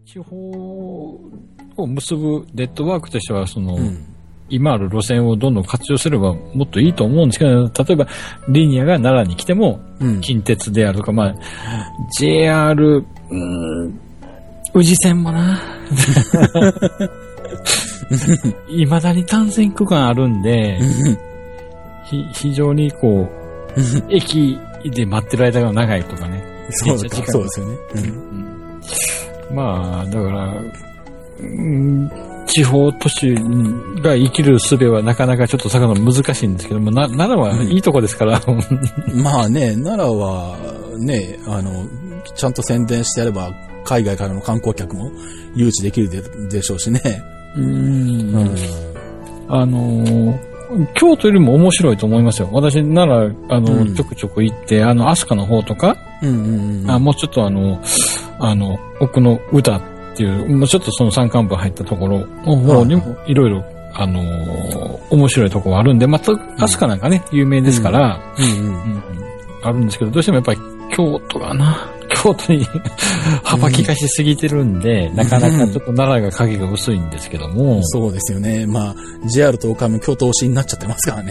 地方を結ぶネットワークとしては、今ある路線をどんどん活用すればもっといいと思うんですけど、例えばリニアが奈良に来ても、近鉄であるとか、まあ、JR、宇治線もな。未だに単線区間あるんで、非常にこう、駅で待ってる間が長いとかね。 そうですよね。 まあ、だから、地方都市が生きる術はなかなかちょっと探るの難しいんですけども、奈良はいいとこですから。 まあね、奈良はね、ちゃんと宣伝してやれば、海外からの観光客も誘致できるでしょうしね。京都よりも面白いと思いますよ。私、奈良、ちょくちょく行って、飛鳥の方とか、もうちょっと奥の歌っていう、もうちょっとその山間部入ったところの方にも、いろいろ、面白いところがあるんで、また、飛鳥なんかね、有名ですから、あるんですけど、どうしてもやっぱり京都に幅利かしすぎてるんで、なかなかちょっと奈良が影が薄いんですけども。そうですよね。まあ、JR 東海も京都推しになっちゃってますからね。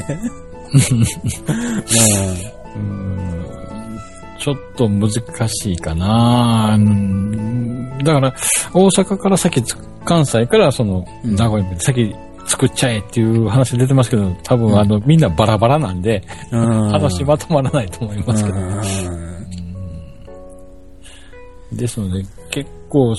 ちょっと難しいかな。だから、大阪から先、関西から名古屋まで先作っちゃえっていう話出てますけど、多分みんなバラバラなんで、話まとまらないと思いますけど。ですので、結構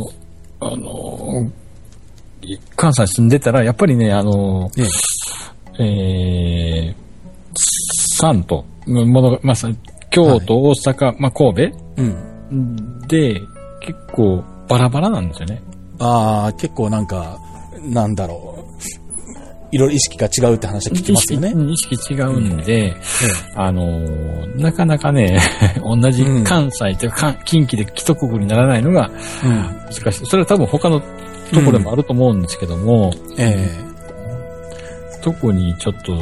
関西住んでたら、やっぱりね、3都、まあ、京都、大阪、まあ、神戸、で、結構バラバラなんですよね。 結構なんか、なんだろう。いろいろ意識が違うって話は聞きますよね。 意識違うんで、なかなかね、同じ関西というか、近畿で一括りにならないのが難しい。それは多分他のところでもあると思うんですけども、特にちょっと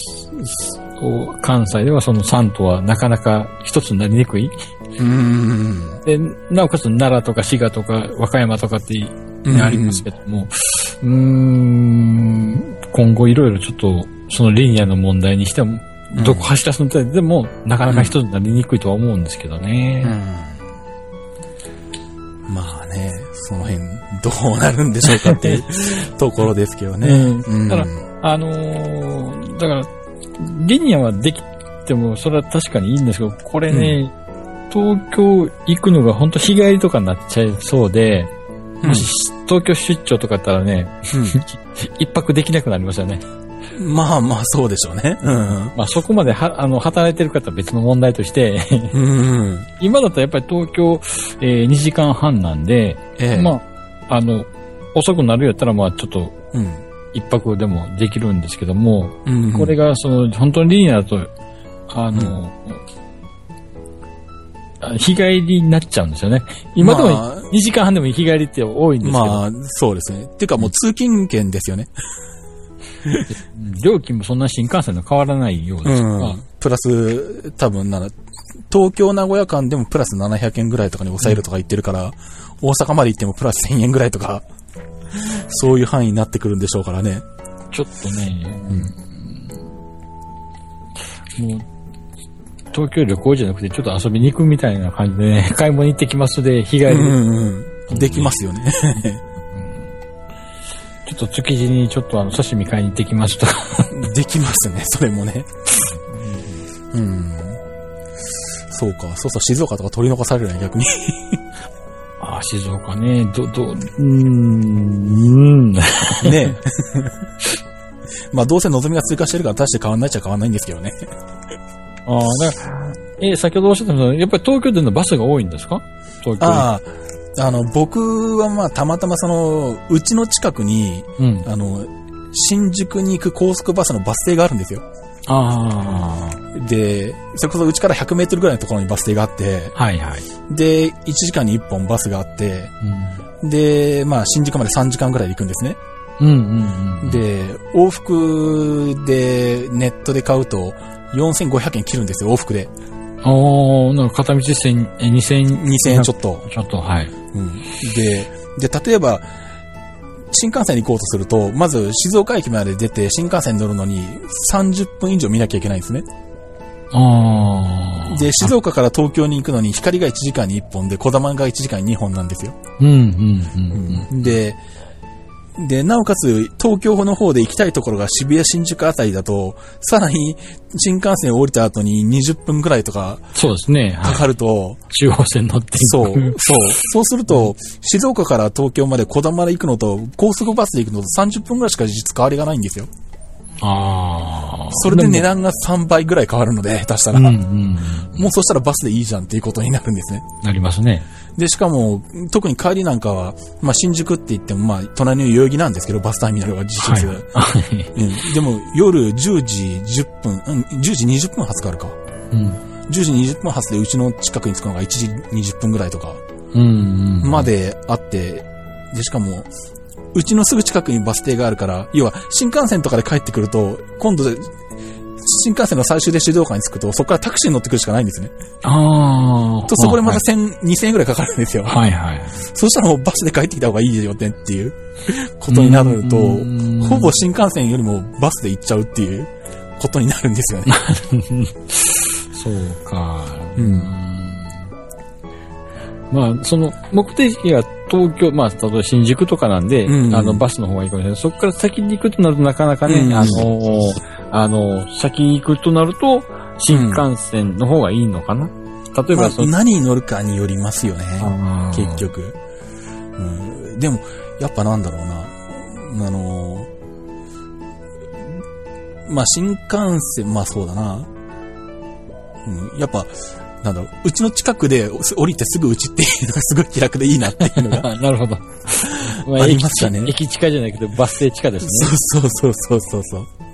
関西では3都はなかなか一つになりにくい。で、なおかつ奈良とか滋賀とか和歌山とかってありますけども、今後いろいろちょっとリニアの問題にしても、どこ走らすのでもなかなか一つになりにくいとは思うんですけどね。 まあね、その辺どうなるんでしょうかっていうところですけどね。 だから、リニアはできてもそれは確かにいいんですけど、これね、東京行くのが本当日帰りとかになっちゃいそうで、もし東京出張とかだったらね、一泊できなくなりますよね。 まあまあそうでしょうね。 まあそこまで働いてる方は別の問題として、今だったらやっぱり東京、2時間半なんで、まあ、遅くなるやったらまあちょっと、一泊でもできるんですけども、これが本当にリニアだと、日帰りになっちゃうんですよね。今でも2時間半でも日帰りって多いんですけど。 まあ、そうですね。っていうかもう通勤券ですよね。 料金もそんな新幹線と変わらないようですから。 プラス、多分東京名古屋間でもプラス700円ぐらいとかに抑えるとか言ってるから、大阪まで行ってもプラス1000円ぐらいとか、そういう範囲になってくるんでしょうからね。 ちょっとね、もう、東京旅行じゃなくてちょっと遊びに行くみたいな感じでね、買い物行ってきますで日帰り、 できますよね。 ちょっと築地にちょっと刺身買いに行ってきますとか。 できますね、それもね。そうか、そうそう静岡とか取り残されるね、逆に。 静岡ね、 ねまあどうせ望みが追加してるから大して変わんないっちゃ変わんないんですけどね。 だから先ほどおっしゃったのは、やっぱり東京でのバスが多いんですか？東京。 僕はまあたまたまうちの近くに、新宿に行く高速バスのバス停があるんですよ。で、それこそうちから100メートルぐらいのところにバス停があって、で、1時間に1本バスがあって、で、まあ新宿まで3時間ぐらいで行くんですね。で、往復でネットで買うと4500円切るんですよ、往復で。 なんか片道2000円ちょっと。 はい。 で、 で、例えば、新幹線に行こうとすると、まず静岡駅まで出て新幹線に乗るのに30分以上見なきゃいけないんですね。で、静岡から東京に行くのに光が1時間に1本で、小玉が1時間に2本なんですよ。で、なおかつ、東京の方で行きたいところが渋谷新宿あたりだと、さらに新幹線を降りた後に20分くらいとか、 そうですね。 かかると、 中央線乗ってそうすると、静岡から東京まで小玉で行くのと、高速バスで行くのと30分くらいしか実質変わりがないんですよ。それで値段が3倍ぐらい変わるので、下手したら。もうそしたらバスでいいじゃんっていうことになるんですね。 なりますね。 で、しかも、特に帰りなんかは、新宿って言っても、隣の代々木なんですけど、バスターミナルが実質。でも、夜10時10分、10時20分発かあるか。10時20分発でうちの近くに着くのが1時20分ぐらいとか、まであって、で、しかも、うちのすぐ近くにバス停があるから、要は、新幹線とかで帰ってくると、今度、新幹線の最終で静岡に着くと、そこからタクシーに乗ってくるしかないんですね。と、そこでまた2000円くらいかかるんですよ。そしたらもうバスで帰ってきた方がいいよねっていうことになると、ほぼ新幹線よりもバスで行っちゃうっていうことになるんですよね。 そうか。その目的が東京、例えば新宿とかなんで、バスの方がいいかもしれない。そこから先に行くとなるとなかなかね、先に行くとなると、新幹線の方がいいのかな。例えば何に乗るかによりますよね。結局。でも、やっぱなんだろうな。新幹線、そうだな。やっぱ、うちの近くで降りてすぐうちっていうのがすごい気楽でいいなっていうのが。 なるほど。 ありましたね。 駅近じゃないけどバス停地下ですね。 そう。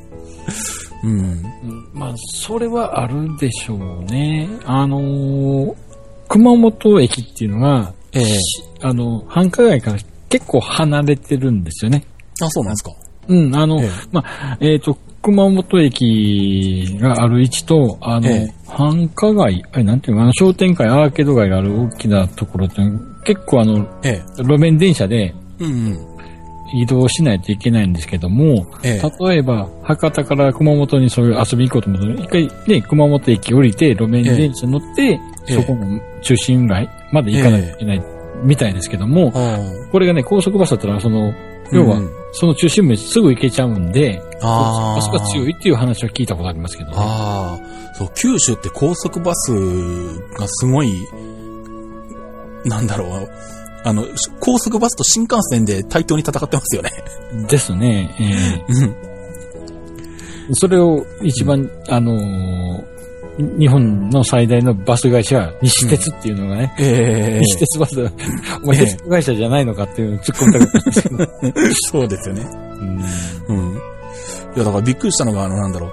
それはあるでしょうね。熊本駅っていうのが、繁華街から結構離れてるんですよね。 あ、そうなんですか。 熊本駅がある位置と、繁華街、なんていうの、商店街、アーケード街がある大きなところって、結構路面電車で、移動しないといけないんですけども、例えば、博多から熊本にそういう遊びに行こうと思うと、一回ね、熊本駅降りて、路面電車乗って、そこの中心街まで行かないといけないみたいですけども、これがね、高速バスだったら、要は、その中心部にすぐ行けちゃうんで、バスが強いっていう話は聞いたことありますけどね。 そう、九州って高速バスがすごい、高速バスと新幹線で対等に戦ってますよね。 ですね。それを一番、日本の最大のバス会社、西鉄っていうのがね、西鉄バス、お前鉄会社じゃないのかっていうのを突っ込みたかったんですけど。 そうですよね。いや、だからびっくりしたのが、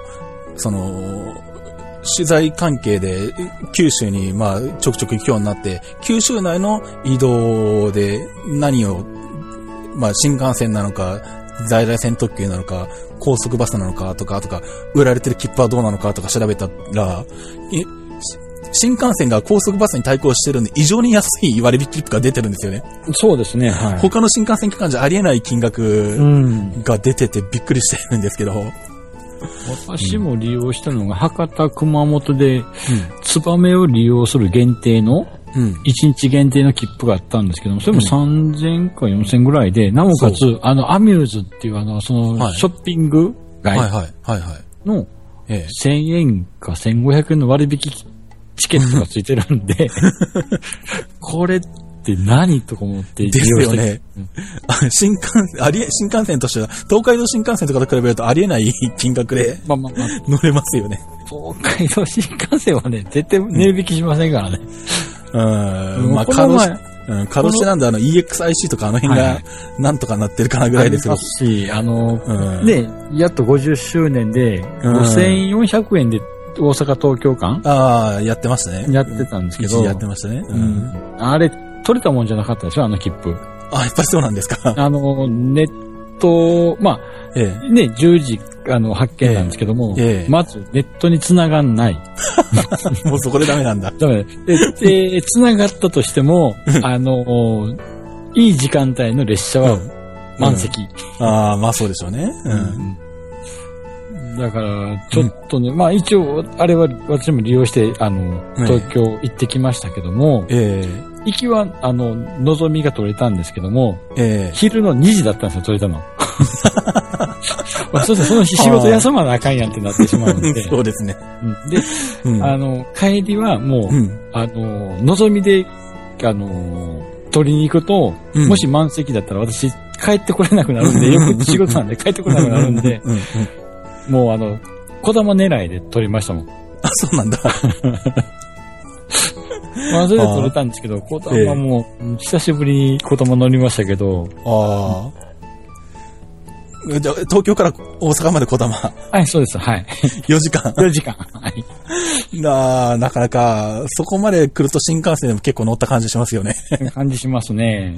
取材関係で九州にちょくちょく行くようになって、九州内の移動で何を、新幹線なのか、在来線特急なのか、高速バスなのかとか、売られてる切符はどうなのかとか調べたら、新幹線が高速バスに対抗してるんで、異常に安い割引切符が出てるんですよね。 そうですね。 他の新幹線機関じゃありえない金額が出ててびっくりしてるんですけど。 私も利用したのが、博多、熊本で、ツバメを利用する限定の、1日限定の切符があったんですけども、それも3000か4000ぐらいで、なおかつ、アミューズっていう、ショッピング街の、1000円か1500円の割引チケットがついてるんで、これって何とか思って利用して。 ですよね。新幹線としては、東海道新幹線とかと比べるとありえない金額で乗れますよね。 東海道新幹線はね、絶対値引きしませんからね。 かろしてなんでEXIC とか辺がなんとかなってるかなぐらいですけど。 し、ね、やっと50周年で、5400円で大阪東京間やってましたね。 やってたんですけど。 やってましたね。 あれ、取れたもんじゃなかったでしょ、切符。 やっぱりそうなんですか。 ネット、ね、10時、発見なんですけども、まずネットに繋がんない。 もうそこでダメなんだ。 ダメ。で、繋がったとしても、 いい時間帯の列車は満席。 ああ、まあそうでしょうね。 だから、ちょっとね、まあ一応、あれは私も利用して、東京行ってきましたけども、行きは、のぞみが取れたんですけども、昼の2時だったんですよ、取れたの。まあ、その日仕事休まなあかんやんってなってしまうので。 そうですね。 で、帰りはもう、のぞみで、取りに行くと、もし満席だったら私帰ってこれなくなるんで、よく仕事なんで帰ってこれなくなるんで、もう小玉狙いで取りましたもん。 あ、そうなんだ。 まあ、それで取れたんですけど、小玉も、久しぶりに小玉乗りましたけど。 ああ。じゃあ、東京から大阪まで小玉。 はい、そうです。はい。 4時間。 4時間。はい。 なかなか、そこまで来ると新幹線でも結構乗った感じしますよね。 感じしますね。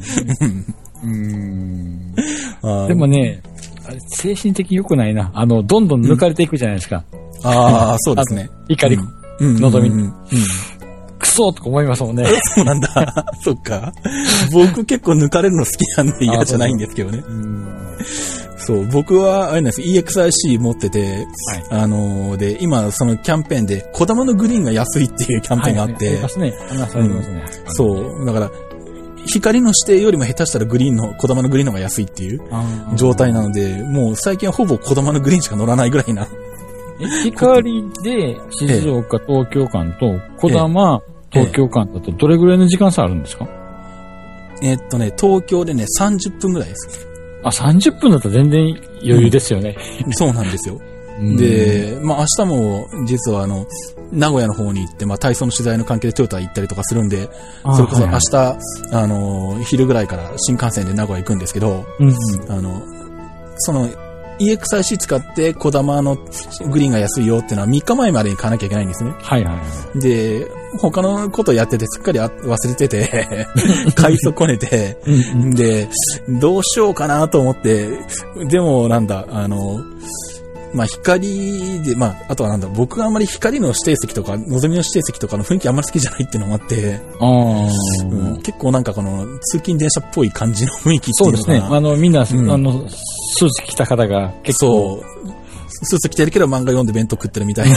でもね、精神的良くないな。どんどん抜かれていくじゃないですか。 ああ、そうですね。 怒り、のぞみ。クソとか思いますもんね。 そうなんだ。そっか。僕結構抜かれるの好きなんで嫌じゃないんですけどね。そう、僕は、あれなんです、EXIC 持ってて、で、今、そのキャンペーンで、小玉のグリーンが安いっていうキャンペーンがあって、そう、だから、光の指定よりも下手したら小玉のグリーンの方が安いっていう状態なので、もう最近はほぼ小玉のグリーンしか乗らないぐらいな。 光で静岡、東京間と小玉、東京間だとどれぐらいの時間差あるんですか？ 東京でね、30分ぐらいです。 あ、30分だと全然余裕ですよね。 そうなんですよ。で、まあ明日も実は名古屋の方に行って、まあ体操の取材の関係でトヨタ行ったりとかするんで、それこそ明日、昼ぐらいから新幹線で名古屋行くんですけど、その EXIC 使って小玉のグリーンが安いよっていうのは3日前までに買わなきゃいけないんですね。で、他のことやっててすっかり忘れてて、買い損ねて、で、どうしようかなと思って、でもまあ光で、まああとは僕があんまり光の指定席とか、のぞみの指定席とかの雰囲気あんまり好きじゃないっていうのもあって、結構この通勤電車っぽい感じの雰囲気っていうのかな。 そうですね。みんな、スーツ着た方が結構。 スーツ着てるけど漫画読んで弁当食ってるみたいな。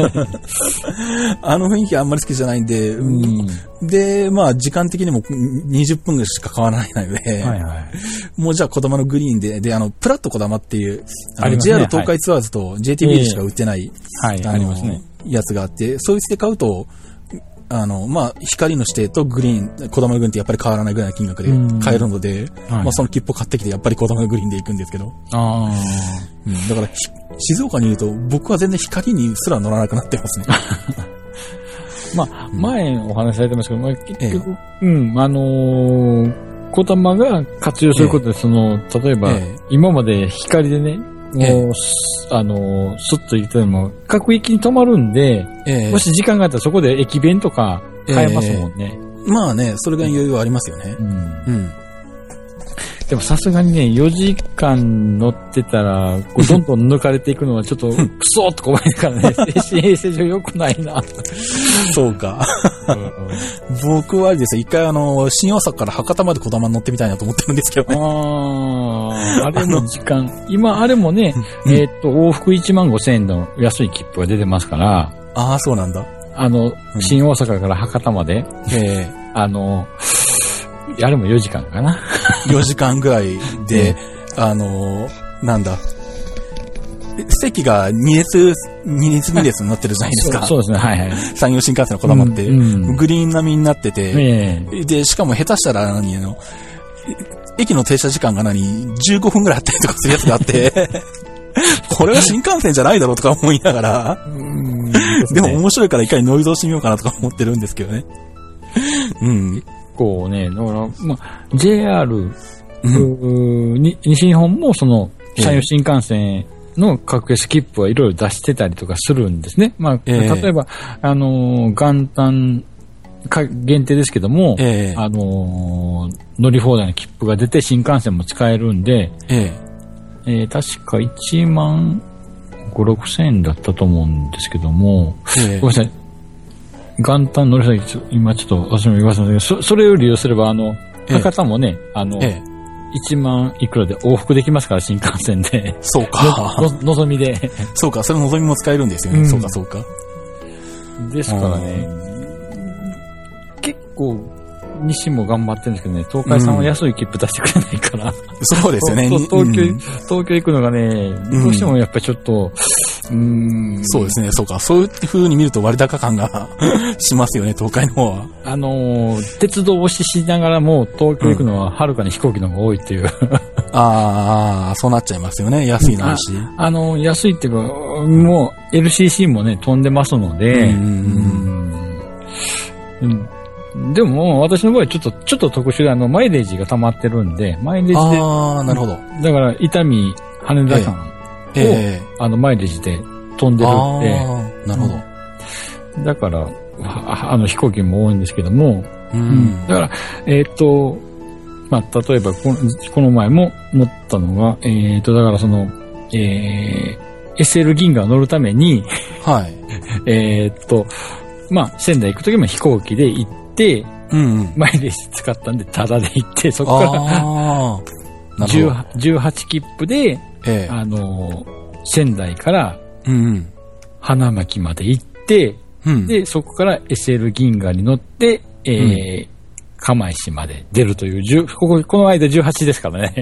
雰囲気あんまり好きじゃないんで、で、まあ時間的にも20分ぐらいしか変わらないので、もうじゃあ小玉のグリーンで、プラット小玉っていう、JR 東海ツアーズと JTB でしか売ってない、やつがあって、そいつで買うと、まあ、光の指定とグリーン、小玉のグリーンってやっぱり変わらないぐらいの金額で買えるので、まあその切符を買ってきてやっぱり小玉のグリーンで行くんですけど。だから、静岡にいると僕は全然光にすら乗らなくなってますね。 まあ、前お話しされてますけど、まあ、結局、小玉が活用することで、例えば、今まで光でね、もう、スッと行ったらも、各駅に止まるんで、もし時間があったらそこで駅弁とか買えますもんね。 まあね、それが余裕はありますよね。 でもさすがにね、4時間乗ってたら、どんどん抜かれていくのはちょっと、クソーとか思いながらね、精神衛生上良くないな。 そうか。僕はあれですよ、一回新大阪から博多まで小玉に乗ってみたいなと思ってるんですけどね。 あれも時間、今あれもね、往復15,000円の安い切符が出てますから、 ああ、そうなんだ。 新大阪から博多まで、あれも4時間かな。 4時間ぐらいで、席が2列になってるじゃないですか。 そうですね、はいはい。 山陽新幹線のこだまって、グリーン並みになってて、で、しかも下手したら駅の停車時間が15分ぐらいあったりとかするやつがあって、これは新幹線じゃないだろうとか思いながら、でも面白いから一回乗り通してみようかなとか思ってるんですけどね。 だから、JR、西日本も山陽新幹線の格安切符はいろいろ出してたりとかするんですね。まあ、例えば、元旦限定ですけども、乗り放題の切符が出て新幹線も使えるんで、確か1万5、6千円だったと思うんですけども、ごめんなさい。元旦乗り放題、今ちょっと私も言わせないけど、それを利用すれば、 博多もね、1万いくらで往復できますから、新幹線で。 そうか。 のぞみで。 そうか、それのぞみも使えるんですよね。そうか、そうか。 ですからね、結構、西も頑張ってるんですけどね、東海さんは安い切符出してくれないから。 そうですよね。 東京行くのがね、どうしてもやっぱりちょっと、 そうですね、そうか。そういう風に見ると割高感がしますよね、東海の方は。 鉄道を押ししながらも、東京行くのははるかに飛行機の方が多いっていう。 そうなっちゃいますよね。安いのあるし。 安いっていうか、もう LCC もね、飛んでますので、でも、私の場合ちょっと特殊でマイレージが溜まってるんで、マイレージで。 なるほど。 だから、伊丹、羽田間を、マイレージで飛んでるんで。 なるほど。だから、飛行機も多いんですけども、だから、例えばこの前も乗ったのが、だからSL 銀河乗るために、 はい。 仙台行くときも飛行機で行って、マイレージ使ったんで、タダで行って、そこから、18切符で、仙台から、花巻まで行って、で、そこから SL 銀河に乗って、釜石まで出るという、この間18ですからね。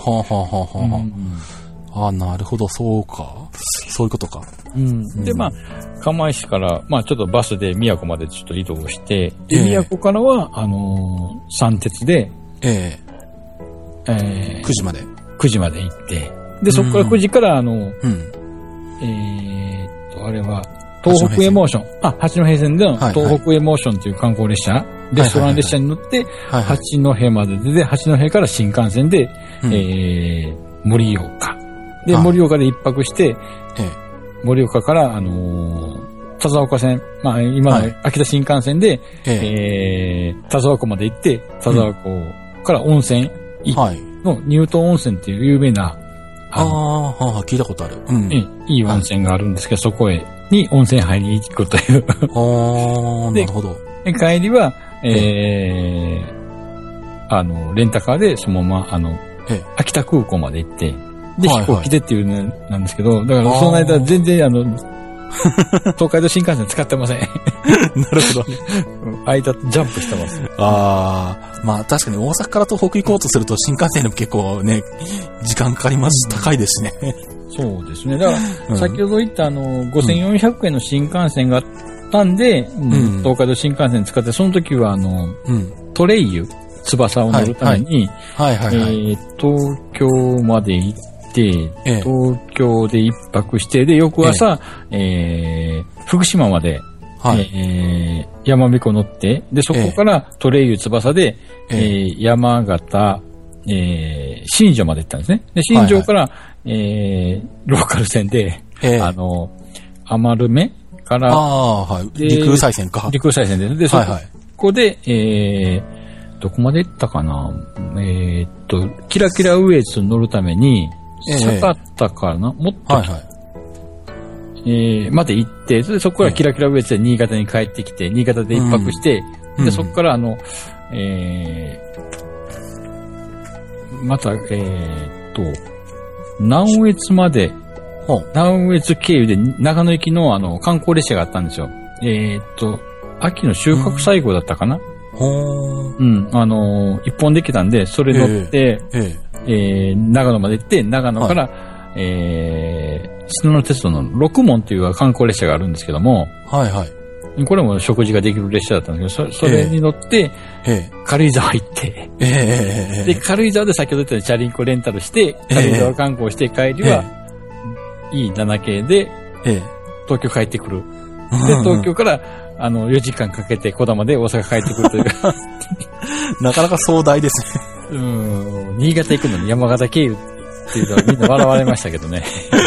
なるほど、そうか。そういうことか。 で、釜石から、ちょっとバスで宮古までちょっと移動して、で、宮古からは、三鉄で、 9時まで。 9時まで行って、で、そこから9時から、あれは、東北エモーション。八戸線での東北エモーションという観光列車、レストラン列車に乗って、八戸まで出て、八戸から新幹線で、盛岡。で、盛岡で一泊して、盛岡から、田沢湖線、今の秋田新幹線で、田沢湖まで行って、田沢湖から温泉の乳頭温泉っていう有名な、 聞いたことある。 いい温泉があるんですけど、そこに温泉入りに行くという。 なるほど。 で、帰りは、レンタカーでそのまま、秋田空港まで行って、で、飛行機でっていうのなんですけど、だからその間全然東海道新幹線使ってません。 なるほどね。 間ジャンプしてます。 確かに大阪から東北行こうとすると新幹線でも結構ね、時間かかりますし、高いですね。 そうですね。だから、先ほど言った5400円の新幹線があったんで、東海道新幹線使って、その時はトレイユ、翼を乗るために、東京まで行って、東京で一泊して、で、翌朝、福島まで、山彦乗って、で、そこからトレイユ翼で、山形、新庄まで行ったんですね。で、新庄から、ローカル線で、余る目から、 陸西線か。 陸西線で、で、そこで、どこまで行ったかなキラキラウエツ乗るために、坂田かなもっと、まで行って、そこからキラキラウエツで新潟に帰ってきて、新潟で一泊して、で、そこからまた、南越まで、南越経由で長野行きの観光列車があったんですよ。秋の収穫最後だったかな一本できたんで、それ乗って、長野まで行って、長野から、篠野鉄道の六門という観光列車があるんですけども、これも食事ができる列車だったんですけど、それに乗って、軽井沢行って、で、軽井沢で先ほど言ったようにチャリンコレンタルして、軽井沢観光して帰りは、E7 系で、東京帰ってくる。で、東京から、4時間かけて小玉で大阪帰ってくるという。 なかなか壮大ですね。新潟行くのに山形経由っていうのはみんな笑われましたけどね。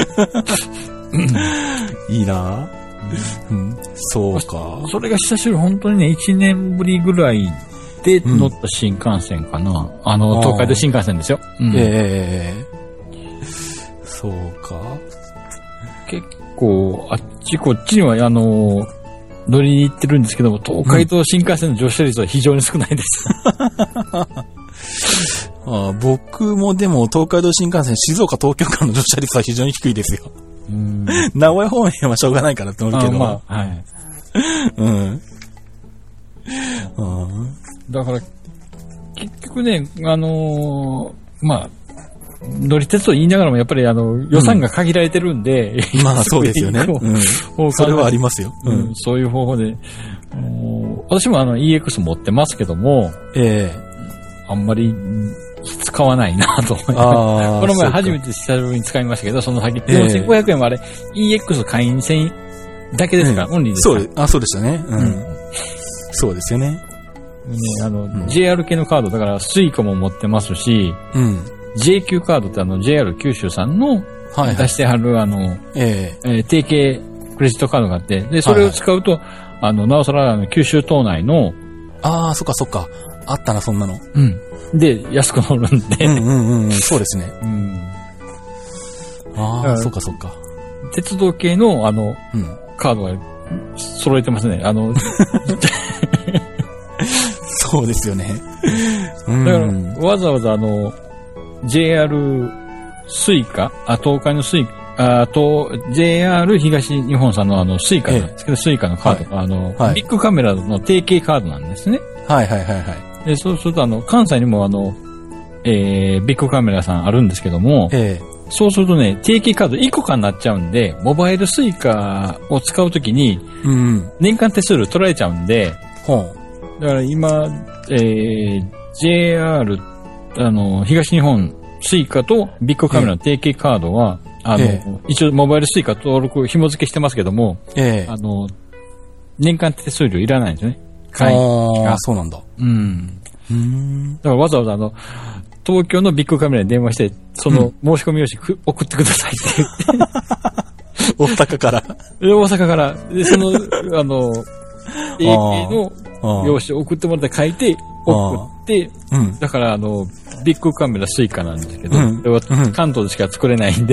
いいなそうか。 それが久しぶり、本当にね、1年ぶりぐらいで乗った新幹線かな。東海道新幹線ですよ。 そうか。 結構、あっちこっちには、乗りに行ってるんですけども、東海道新幹線の乗車率は非常に少ないです。 僕もでも東海道新幹線静岡東京間の乗車率は非常に低いですよ。名古屋方面はしょうがないからって思うけど。 まあ、はい。だから、結局ね、まあ、乗り鉄と言いながらもやっぱり予算が限られてるんで、 まあそうですよね。それはありますよ。 そういう方法で、私もEX 持ってますけども、あんまり使わないなと思います。この前初めて久しぶりに使いましたけど、その先、4500円はあれ、EX 会員制だけですから、オンリーですから。そうでしたね。そうですよね。 JR 系のカード、だからスイカも持ってますし、JQ カードってJR 九州さんの出してはる提携クレジットカードがあって、で、それを使うと、なおさら九州島内の、 そっかそっか。あったな、そんなの。 で、安く乗るんで。 そうですね。そっかそっか。 鉄道系の、カードが揃えてますね。 そうですよね。 だから、わざわざJR スイカ、東海のスイカ、JR 東日本さんのスイカなんですけど、スイカのカード、ビッグカメラの提携カードなんですね。で、そうすると関西にもビッグカメラさんあるんですけども、そうするとね、提携カード1個かになっちゃうんで、モバイルスイカを使うときに、年間手数料取られちゃうんで、だから今、JR、東日本スイカとビッグカメラの提携カードは、一応モバイルスイカ登録紐付けしてますけども、年間手数料いらないんですよね。 そうなんだ。 だからわざわざ東京のビッグカメラに電話して、その申し込み用紙送ってくださいって言って。 大阪から。 大阪から。で、その、AK の用紙を送ってもらって書いて、送って、だからビッグカメラスイカなんですけど、これは関東でしか作れないんで。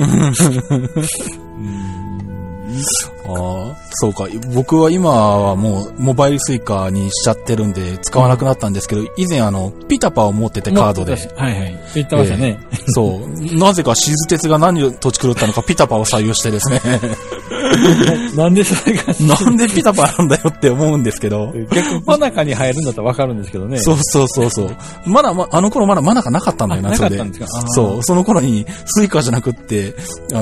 そうか。僕は今はもうモバイルスイカにしちゃってるんで使わなくなったんですけど、以前ピタパを持っててカードで。 言ってましたね。 そう。なぜか静鉄が何を土地狂ったのかピタパを採用してですね。 なんでそれがなんでピタパなんだよって思うんですけど。 逆にマナカに入るんだったらわかるんですけどね。 そう。まだ、あの頃まだマナカなかったんだよな、それで。なかったんですか？そう。その頃にスイカじゃなくって、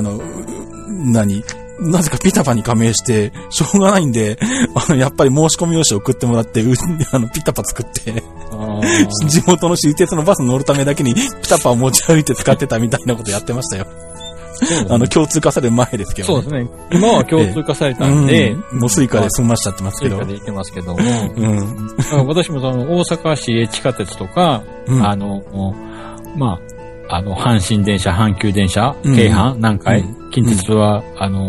なぜかピタパに加盟して、しょうがないんで、やっぱり申し込み用紙を送ってもらって、ピタパ作って、地元の私鉄のバスに乗るためだけに、ピタパを持ち歩いて使ってたみたいなことやってましたよ。共通化される前ですけどね。そうですね。今は共通化されたんで、 もうスイカで済ましちゃってますけど。 スイカで行ってますけども。私も大阪市営地下鉄とか、阪神電車、阪急電車、京阪、南海、近鉄は、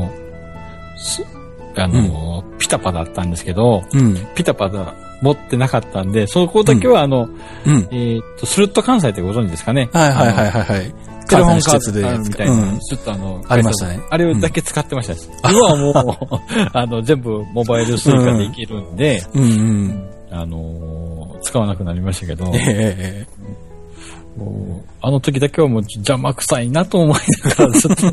ピタパだったんですけど、ピタパだ、持ってなかったんで、そこだけはスルット関西ってご存知ですかね？テレホンカードみたいな、ちょっとありましたね。 あれだけ使ってました。今はもう、全部モバイルスイカでいけるんで、使わなくなりましたけど、あの時だけはもう邪魔くさいなと思いながらずっと。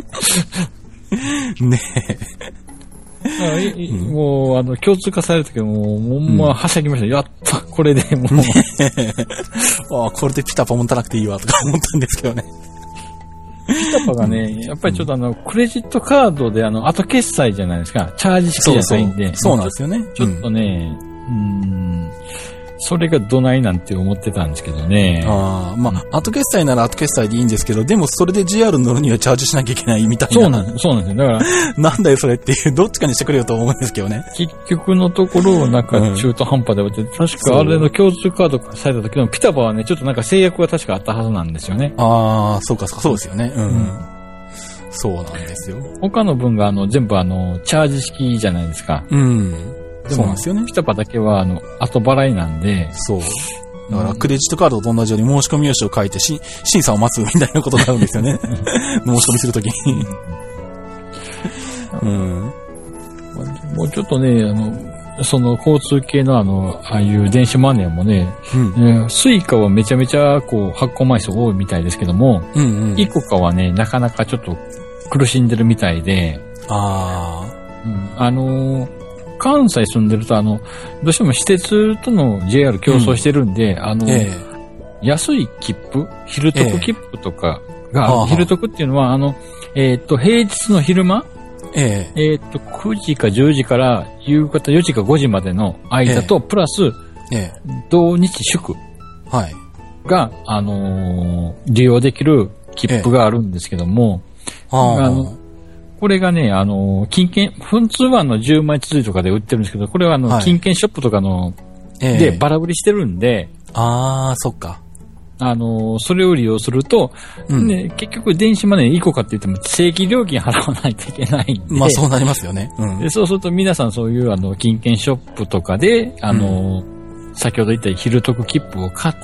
ねえ。もう、共通化された時もう、はしゃぎました。やった、これでもう。これでピタパ持たなくていいわ、とか思ったんですけどね。 ピタパがね、やっぱりちょっとクレジットカードで後決済じゃないですか。チャージ式じゃないんで。 そうなんですよね。 ちょっとね、それがどないなんて思ってたんですけどね。 後決済なら後決済でいいんですけど、でもそれで JR 乗るにはチャージしなきゃいけないみたいな。 そうなんですよ。だから。 なんだよそれっていう、どっちかにしてくれよと思うんですけどね。 結局のところ、なんか中途半端で、確かあれの共通カードされた時のピタパはね、ちょっとなんか制約が確かあったはずなんですよね。 そうか、そうですよね。そうなんですよ。 他の分が全部チャージ式じゃないですか。 そうなんですよね。 ピタパだけは後払いなんで。 そう。だからクレジットカードと同じように申し込み用紙を書いて審査を待つみたいなことになるんですよね。申し込みするときに。 もうちょっとね、 その交通系のああいう電子マネーもね、スイカはめちゃめちゃこう発行枚数多いみたいですけども、イコカはね、なかなかちょっと苦しんでるみたいで、関西住んでるとどうしても私鉄との JR 競争してるんで、安い切符、昼得切符とかが、昼得っていうのは平日の昼間、9時か10時から夕方4時か5時までの間と、プラス、同日祝が、利用できる切符があるんですけども、これがね、金券、普通は10枚綴りとかで売ってるんですけど、これは金券ショップとかの、でバラ売りしてるんで、 そっか。 それを利用すると、ね、結局電子マネーイコカって言っても正規料金払わないといけないんで。 まあそうなりますよね。 でそうすると皆さんそういう金券ショップとかで、先ほど言った昼得切符を買って、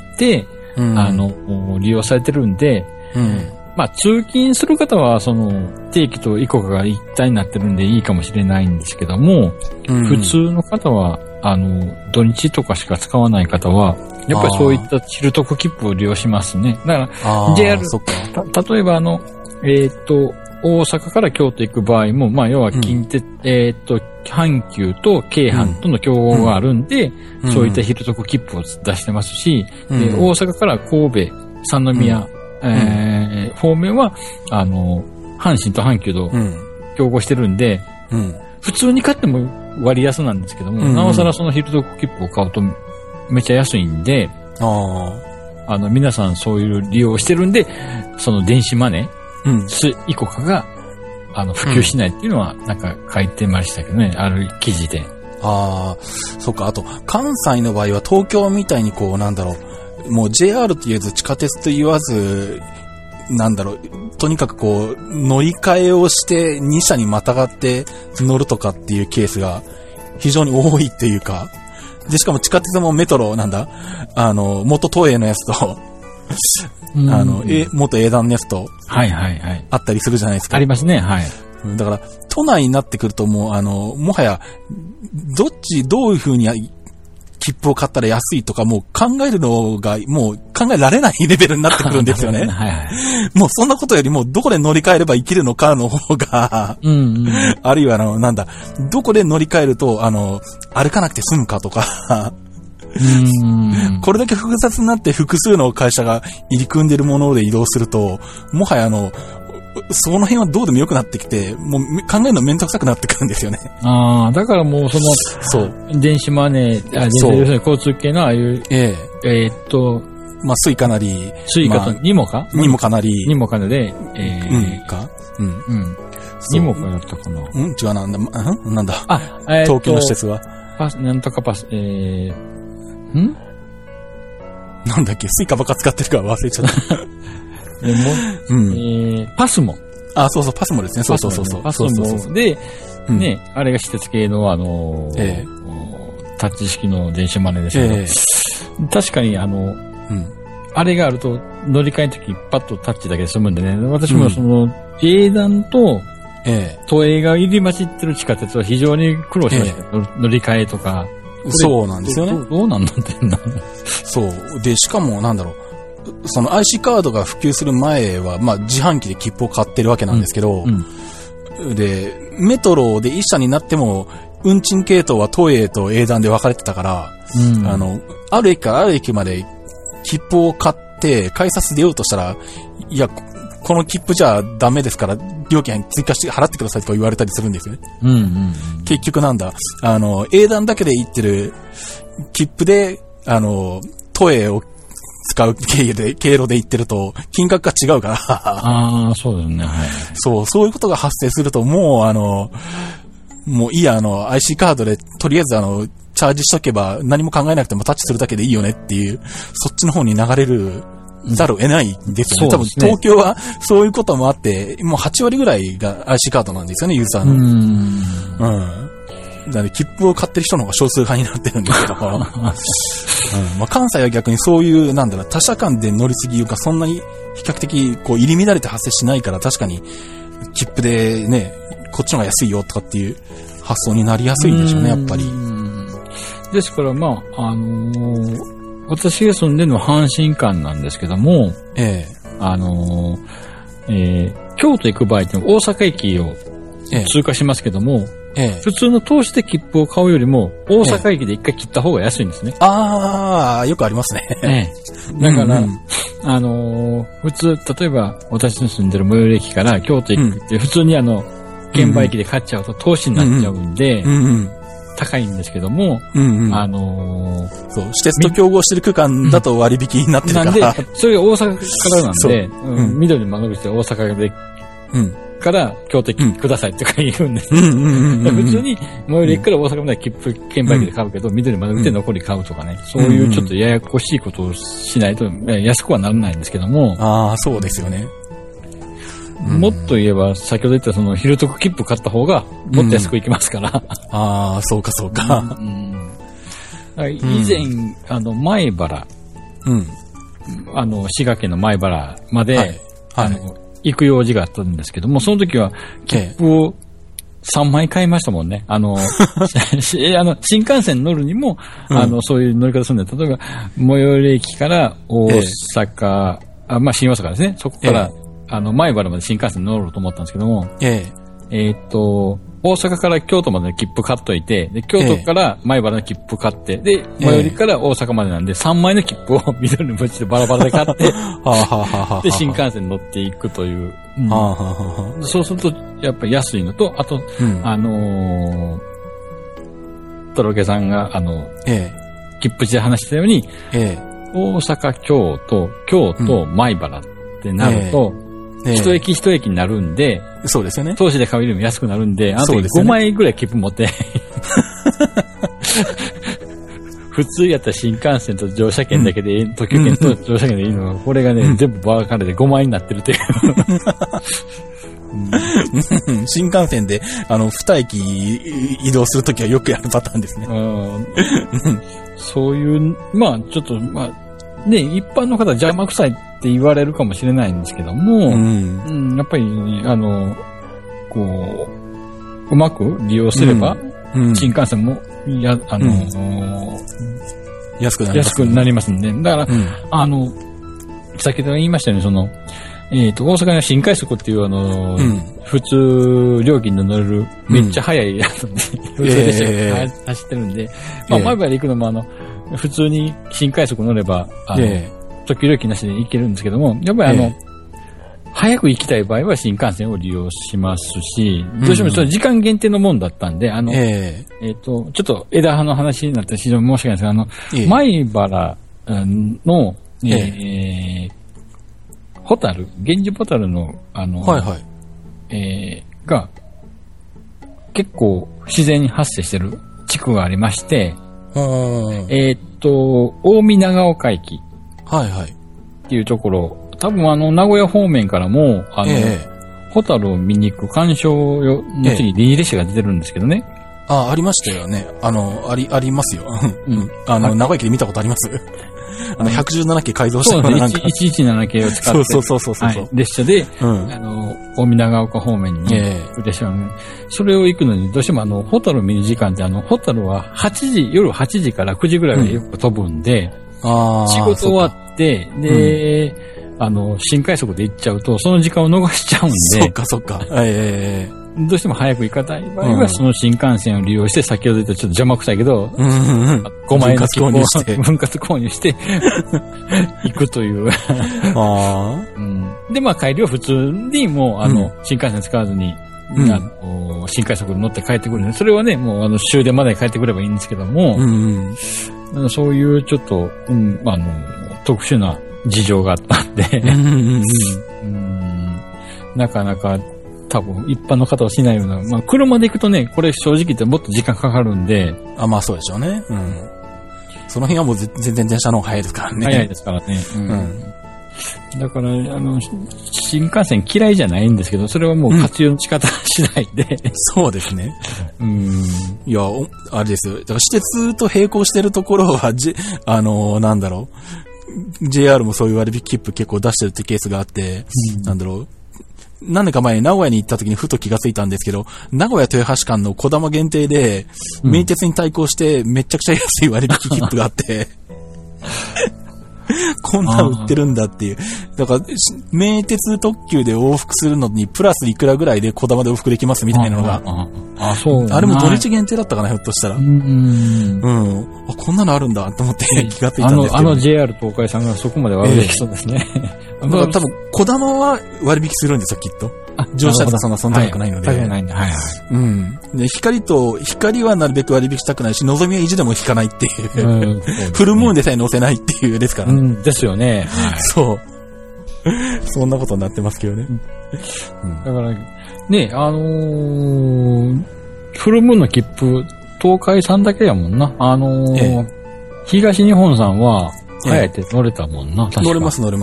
利用されてるんで、まあ通勤する方は定期とイコカが一体になってるんでいいかもしれないんですけども、普通の方は、土日とかしか使わない方は、やっぱりそういった昼得切符を利用しますね。だから、JR、例えば大阪から京都行く場合も、まあ要は近鉄、阪急と京阪との競合があるんで、そういった昼得切符を出してますし、大阪から神戸、三宮、方面は、阪神と阪急と競合してるんで、普通に買っても割安なんですけども、なおさらその昼得切符を買うとめっちゃ安いんで、皆さんそういう利用してるんで、その電子マネー、イコカが、普及しないっていうのはなんか書いてましたけどね、ある記事で。 そっか。あと、関西の場合は東京みたいにもう JR と言わず地下鉄と言わず、とにかく乗り換えをして2社にまたがって乗るとかっていうケースが非常に多いっていうか、で、しかも地下鉄もメトロ元都営のやつと、元英断のやつと、あったりするじゃないですか。 ありますね、はい。 だから、都内になってくるともう、もはや、どういう風に切符を買ったら安いとかもう考えるのがもう考えられないレベルになってくるんですよね。もうそんなことよりもどこで乗り換えれば生きるのかの方が、あるいはどこで乗り換えると歩かなくて済むかとか、これだけ複雑になって複数の会社が入り組んでいるもので移動すると、もはやその辺はどうでもよくなってきて、もう考えるのめんどくさくなってくるんですよね。 だからもう電子マネー、交通系のああいう、 まあ、スイカなり、 スイカとニモカニモカなり。 ニモカで、ニモカだったかな。 違うなんだ。東京の施設は。 なんとかパス、 なんだっけ、スイカばっか使ってるから忘れちゃった。 パスモ。 そうそう、パスモですね。そう。 パスモで、ね、あれが私鉄系のタッチ式の電子マネーですけど、確かにあれがあると乗り換えの時パッとタッチだけで済むんでね、私も英断と都営が入り混じってる地下鉄は非常に苦労しました。乗り換えとか。 そうなんですよね。 どうなんだってんだ。 そう。で、しかもその IC カードが普及する前は、まあ自販機で切符を買ってるわけなんですけど、で、メトロで一社になっても、運賃系統は都営と営団で分かれてたから、ある駅からある駅まで切符を買って改札出ようとしたら、いや、この切符じゃダメですから、料金追加して払ってくださいとか言われたりするんですよね。結局営団だけで行ってる切符で、都営を使う経路で行ってると、金額が違うから。 そうですね。はい。 そういうことが発生すると、もういいや、IC カードで、とりあえずチャージしとけば、何も考えなくてもタッチするだけでいいよねっていう、そっちの方に流れるざるを得ないんですよね。多分、東京はそういうこともあって、もう8割ぐらいが IC カードなんですよね、ユーザーの。だから切符を買ってる人の方が少数派になってるんですけど、まあ、関西は逆にそういう他社間で乗り継ぎがそんなに比較的入り乱れて発生しないから、確かに切符でね、こっちの方が安いよとかっていう発想になりやすいんでしょうね、やっぱり。 ですから、まあ、私が住んでるのは阪神間なんですけども、京都行く場合って大阪駅を通過しますけども、普通の通して切符を買うよりも、大阪駅で一回切った方が安いんですね。 ああ、よくありますね。 だから、普通、例えば、私の住んでる最寄り駅から京都行くって、普通に券売機で買っちゃうと投資になっちゃうんで、高いんですけども、 そう、私鉄と競合してる区間だと割引になってるから。なんで、 それが大阪からなんで、緑の窓口で大阪で、から京都駅くださいって言うんです。普通に最寄り駅から大阪まで切符券売機で買うけど、緑窓口で残り買うとかね、そういうちょっとややこしいことをしないと安くはならないんですけども。 ああ、そうですよね。 もっと言えば、先ほど言ったその昼得切符買った方がもっと安くいきますから。 ああ、そうかそうか。 以前、前原、滋賀県の前原まで、行く用事があったんですけども、その時は切符を3枚買いましたもんね。新幹線乗るにも、そういう乗り方するんで、例えば、最寄り駅から大阪、まあ、新大阪ですね。そこから、前原まで新幹線乗ろうと思ったんですけども、大阪から京都までの切符買っといて、で、京都から前原の切符買って、で、最寄りから大阪までなんで、3枚の切符を緑のブチでバラバラで買って、で、新幹線乗っていくという。そうすると、やっぱり安いのと、あと、とろけさんが、切符で話したように、大阪、京都、前原ってなると、一駅一駅になるんで、 そうですよね。 投資で買うよりも安くなるんで、あの時5枚ぐらい切符持って、普通やったら新幹線と乗車券だけで、特急券と乗車券でいいのが、これがね、全部分かれて5枚になってるっていう。 新幹線で、2駅移動するときはよくやるパターンですね。 そういう、まあ、ちょっと、まあ、ね、一般の方は邪魔くさいって言われるかもしれないんですけども、やっぱり、こう、うまく利用すれば、新幹線も、 安くなりますんで、だから、先ほど言いましたように、大阪の新快速っていう普通料金で乗れる、めっちゃ速いやつで、普通列車走ってるんで、まあ、前原行くのも普通に新快速乗れば、特急料金なしで行けるんですけども、やっぱり早く行きたい場合は新幹線を利用しますし、どうしてもそれ時間限定のもんだったんで、ちょっと枝葉の話になって非常に申し訳ないですが、前原の、ホタル、源氏ホタルの、が、結構自然に発生してる地区がありまして、大見長岡駅。っていうところ、多分名古屋方面からも、ホタルを見に行く鑑賞用の次に臨時列車が出てるんですけどね。 ありましたよね。ありますよ。名古屋駅で見たことあります117系改造したのなんか。117系を使って。列車で、大見長岡方面に行く列車それを行くのに、どうしてもホタルを見る時間って、ホタルは夜8時から9時ぐらいがよく飛ぶんで、仕事終わって、で、新快速で行っちゃうと、その時間を逃しちゃうんで。 そっか。 どうしても早く行かない場合は、その新幹線を利用して、先ほど言ったちょっと邪魔くさいけど、5万円の切符を分割購入して、行くという。で、まあ帰りは普通にもう、新幹線使わずに、新快速に乗って帰ってくるんで、それはね、もう終電まで帰ってくればいいんですけども、そういうちょっと、特殊な事情があったんで、なかなか多分一般の方はしないような、まあ車で行くとね、これ正直言ってもっと時間かかるんで。 まあそうでしょうね。その辺はもう全然電車の方が早いですからね。 早いですからね。だから、新幹線嫌いじゃないんですけど、それはもう活用の仕方次第で。 そうですね。いや、あれですよ。だから私鉄と並行してるところは、なんだろう。JR もそういう割引切符結構出してるってケースがあって、なんだろう。 何年か前に名古屋に行った時にふと気がついたんですけど、名古屋豊橋間のこだま限定で、名鉄に対抗してめちゃくちゃ安い割引切符があって、こんなの売ってるんだっていう。だから、名鉄特急で往復するのにプラスいくらぐらいでこだまで往復できますみたいなのが。 そう。 あれも土日限定だったかな、ひょっとしたら。うん。こんなのあるんだと思って気がついたんですけど。 JR 東海さんがそこまで割引そうですね。 だから多分、こだまは割引するんですよ、きっと。乗車率はそんな高くないので。 高くないんだ。はいはい。 うん。で、光はなるべく割引したくないし、のぞみは意地でも引かないっていう。フルムーンでさえ乗せないっていうですからね。 ですよね。 そう。そんなことになってますけどね。 だから、ね、フルムーンの切符、東海さんだけやもんな。東日本さんは、あえて乗れたもんな。 乗れます。うん。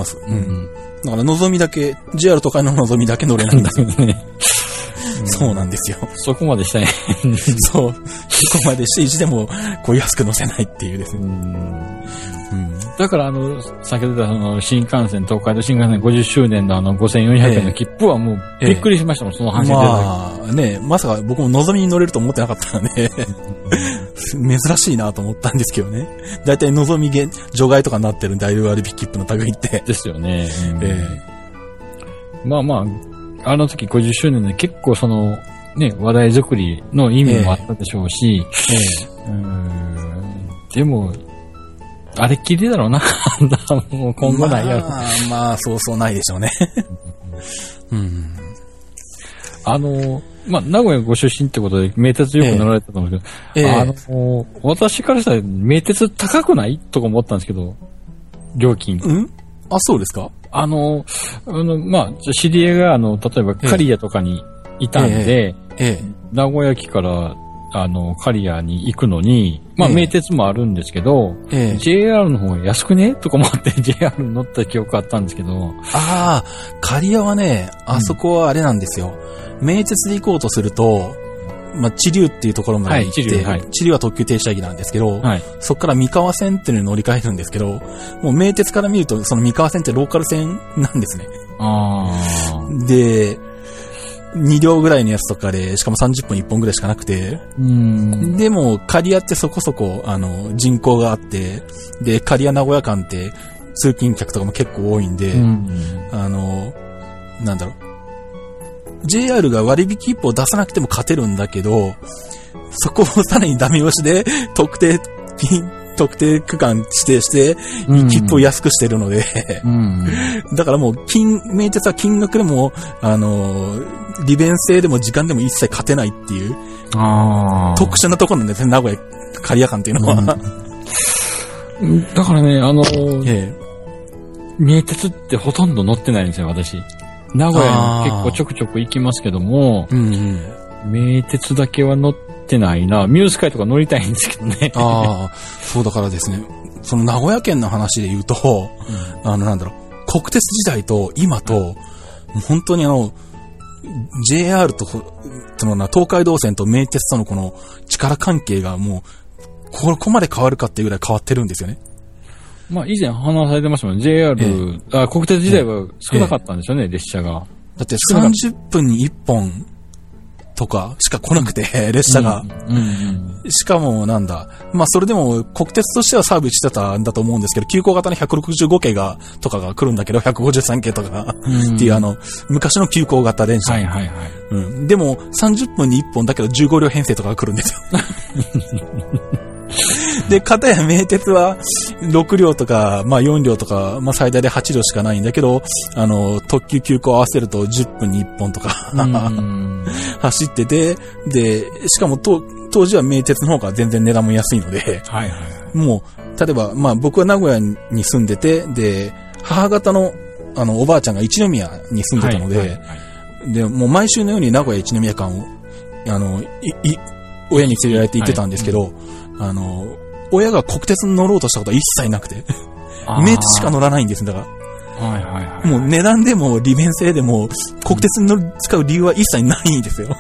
だから、のぞみだけ、JR 東海ののぞみだけ乗れないんですよね。そうなんですよ。 そこまでしたい。 そう。そこまでして、意地でも、安く乗せないっていうですね。 だから、先ほど言った新幹線、東海道新幹線50周年の5400円の切符はもうびっくりしましたもん、その話で。 まあね、まさか僕ものぞみに乗れると思ってなかったので、珍しいなと思ったんですけどね。だいたいのぞみ除外とかになってるんで、大割引切符の類って。 ですよね。まあ、あの時50周年で結構ね、話題作りの意味もあったでしょうし、でも、あれっきりだろうな。もう今後ないやろ。 まあ、そうないでしょうね。 名古屋ご出身ってことで、名鉄よく乗られたと思うんですけど、私からしたら、名鉄高くないとか思ったんですけど、料金。 そうですか？ 知り合いが、例えば、刈谷とかにいたんで、名古屋駅から、刈谷に行くのに、名鉄もあるんですけど、JR の方が安くねとか思って JR に乗った記憶あったんですけど。 刈谷はね、あそこはあれなんですよ。名鉄で行こうとすると、知立っていうところまで行って、知立は特急停車駅なんですけど、そこから三河線っていうのに乗り換えるんですけど、もう名鉄から見ると、その三河線ってローカル線なんですね。で、2両ぐらいのやつとかで、しかも30分1本ぐらいしかなくて、でも、刈谷ってそこそこ、人口があって、で、刈谷名古屋間って、通勤客とかも結構多いんで、なんだろう。JR が割引切符を出さなくても勝てるんだけど、そこをさらにダメ押しで、特定区間指定して、切符を安くしてるので、だからもう、名鉄は金額でも、利便性でも時間でも一切勝てないっていう、特殊なところなんですね、名古屋、刈谷間っていうのは。 だからね、名鉄ってほとんど乗ってないんですよ、私。名古屋に結構ちょくちょく行きますけども、名鉄だけは乗ってないな。ミュースカイとか乗りたいんですけどね。 そうだからですね。その名古屋県の話で言うと、なんだろう、国鉄時代と今と、本当にJR と、東海道線と名鉄とのこの力関係がもう、ここまで変わるかっていうぐらい変わってるんですよね。 以前話されてましたもんね。JR、国鉄時代は少なかったんですよね、列車が。 だって30分に1本とかしか来なくて、列車が。しかもそれでも国鉄としてはサービスしてたんだと思うんですけど、急行型の165系とかが来るんだけど、153系とかが、っていう昔の急行型電車。でも30分に1本だけど15両編成とかが来るんですよ。で、片や名鉄は6両とか、4両とか、最大で8両しかないんだけど、特急急行合わせると10分に1本とか走ってて、で、しかも当時は名鉄の方が全然値段も安いので、もう、例えば、僕は名古屋に住んでて、で、母方の、おばあちゃんが一宮に住んでたので、で、もう毎週のように名古屋一宮間を、親に連れられて行ってたんですけど、親が国鉄に乗ろうとしたことは一切なくて、名鉄しか乗らないんです、だから。もう値段でも利便性でも、国鉄に使う理由は一切ないんですよ。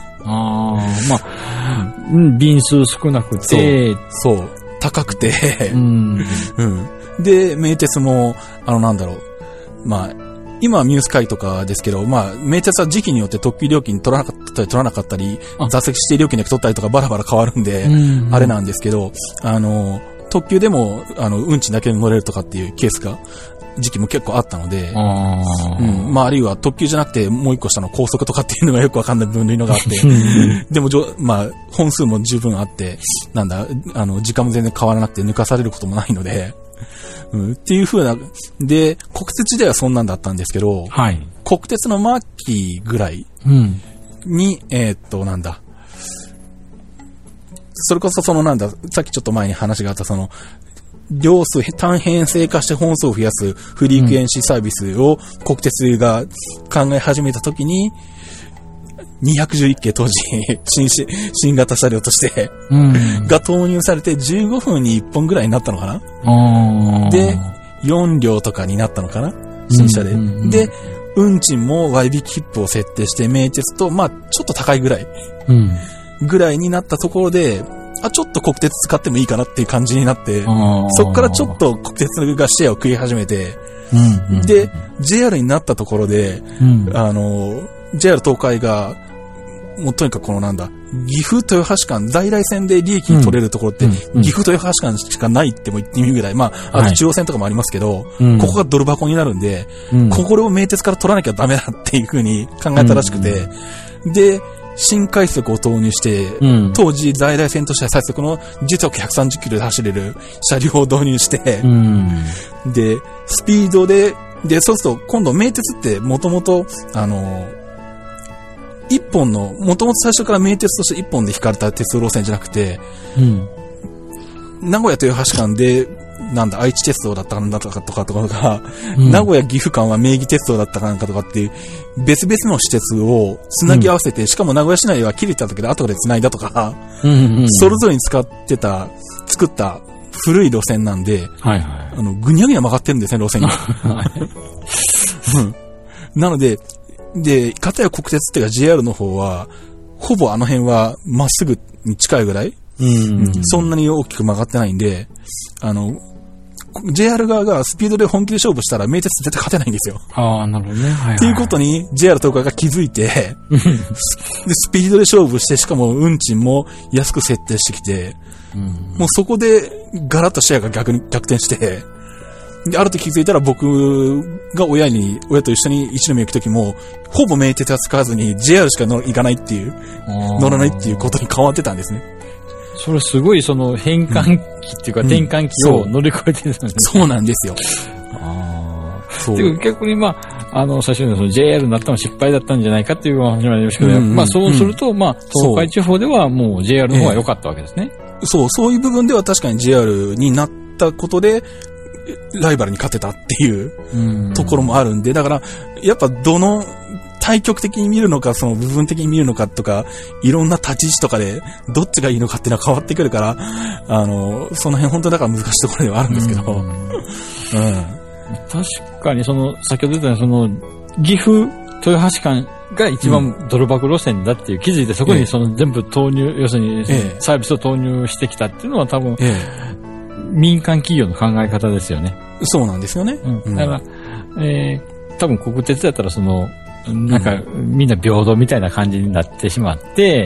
便数少なくて、 そう、高くて、で、名鉄も、 今はミュースカイとかですけど、まあ、名鉄は時期によって特急料金取らなかったり取らなかったり、座席指定料金だけ取ったりとかバラバラ変わるんで、あれなんですけど、特急でも、運賃だけ乗れるとかっていうケースが、時期も結構あったので、まあ、あるいは特急じゃなくてもう一個下の高速とかっていうのがよくわかんない分類のがあって、でもまあ、本数も十分あって、なんだ、時間も全然変わらなくて抜かされることもないので、っていう風な、で、国鉄時代はそんなんだったんですけど、はい、国鉄の末期ぐらいに、なんだ、それこそさっきちょっと前に話があった両数単編成化して本数を増やすフリークエンシーサービスを国鉄が考え始めたときに、211系当時新型車両として、が投入されて15分に1本ぐらいになったのかな。で、4両とかになったのかな、新車で。で、運賃も割引切符を設定して名鉄と、まあちょっと高いぐらい、ぐらいになったところで、ちょっと国鉄使ってもいいかなっていう感じになって、そこからちょっと国鉄がシェアを食い始めて、で、JR になったところで、JR 東海が、もうとにかく岐阜豊橋間、在来線で利益に取れるところって、岐阜豊橋間しかないっても言ってみるぐらい、まあ、あと中央線とかもありますけど、ここがドル箱になるんで、これを名鉄から取らなきゃダメだっていう風に考えたらしくて、で、新快速を投入して、当時在来線としては最速の時速130キロで走れる車両を導入して、で、スピードで、そうすると今度名鉄ってもともと、一本の、もともと最初から名鉄として一本で引かれた鉄道路線じゃなくて、名古屋と豊橋間で、愛知鉄道だったんだとか名古屋岐阜間は名義鉄道だったかなんかとかっていう、別々の施設を繋ぎ合わせて、しかも名古屋市内は切れてたけど後で繋いだとか、それぞれに作った古い路線なんで、ぐにゃぐにゃ曲がってるんですね、路線が。なので、片や国鉄っていうか JR の方は、ほぼあの辺はまっすぐに近いぐらい、そんなに大きく曲がってないんで、JR 側がスピードで本気で勝負したら名鉄絶対勝てないんですよ。 なるほどね。 っていうことに JR 東海が気づいて、で、スピードで勝負して、しかも運賃も安く設定してきて、もうそこでガラッとシェアが逆転して、で、ある時気づいたら僕が親と一緒に一宮行く時も、ほぼ名鉄は使わずに JR しか行かないっていう、乗らないっていうことに変わってたんですね。 それすごい変換期っていうか転換期を乗り越えてるんですね。 そうなんですよ。 で逆に最初にJR になったのは失敗だったんじゃないかっていう話もありましたけど、そうすると、東海地方ではもう JR の方が良かったわけですね。 そういう部分では確かに JR になったことで、ライバルに勝てたっていうところもあるんで、だから、やっぱ対極的に見るのか、部分的に見るのかとか、いろんな立ち位置とかで、どっちがいいのかっていうのは変わってくるから、その辺本当だから難しいところではあるんですけど。 確かに先ほど言ったように岐阜、豊橋間が一番ドル箱路線だっていう気づいて、そこに全部投入、要するにサービスを投入してきたっていうのは多分、民間企業の考え方ですよね。 そうなんですよね。 だから、多分国鉄だったらみんな平等みたいな感じになってしまって、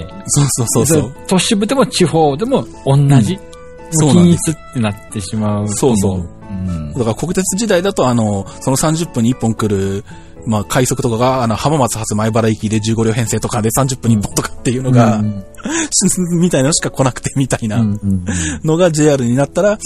そう。 都市部でも地方でも同じ、均一ってなってしまう。 そう。だから国鉄時代だとその30分に1本来る、まあ快速とかが浜松発前原行きで15両編成とかで30分に1本とかっていうのが、みたいなのしか来なくてみたいなのが JR になったら、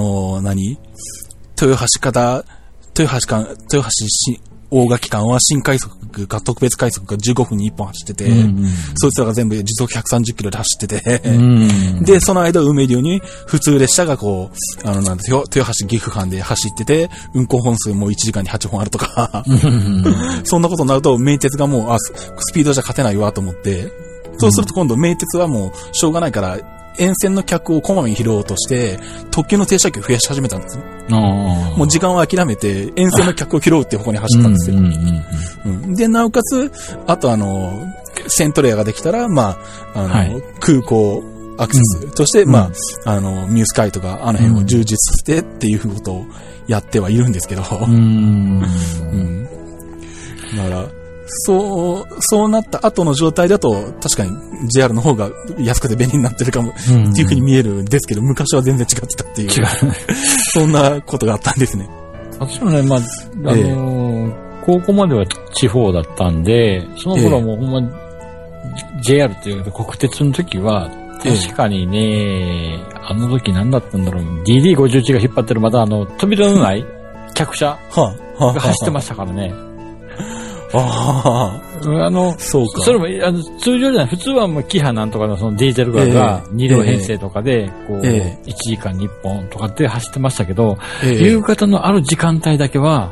豊橋大垣間は新快速か特別快速か15分に1本走ってて、そいつらが全部時速130キロで走ってて、で、その間を埋めるように普通列車が豊橋岐阜間で走ってて、運行本数も1時間に8本あるとか、そんなことになると名鉄がもう、スピードじゃ勝てないわと思って、そうすると今度名鉄はもうしょうがないから、沿線の客をこまめに拾おうとして、特急の停車駅を増やし始めたんですね。もう時間を諦めて、沿線の客を拾うっていう方向に走ったんですよ。で、なおかつ、あとセントレアができたら、空港アクセスとして、ミュースカイとか、あの辺を充実させてっていうことをやってはいるんですけど。 だから、そうなった後の状態だと、確かに JR の方が安くて便利になってるかも、っていう風に見えるんですけど、昔は全然違ってたっていう。 違う。 そんなことがあったんですね。 私もね、まあ、高校までは地方だったんで、その頃はもうほんま、JR っていう国鉄の時は、確かにね、あの時何だったんだろう、DD51 が引っ張ってるまだ扉のない客車が走ってましたからね。 ああ。そうか。 それも、通常じゃない、普通はもうキハなんとかのそのディーゼルが2両編成とかで、こう、1時間に1本とかで走ってましたけど、夕方のある時間帯だけは、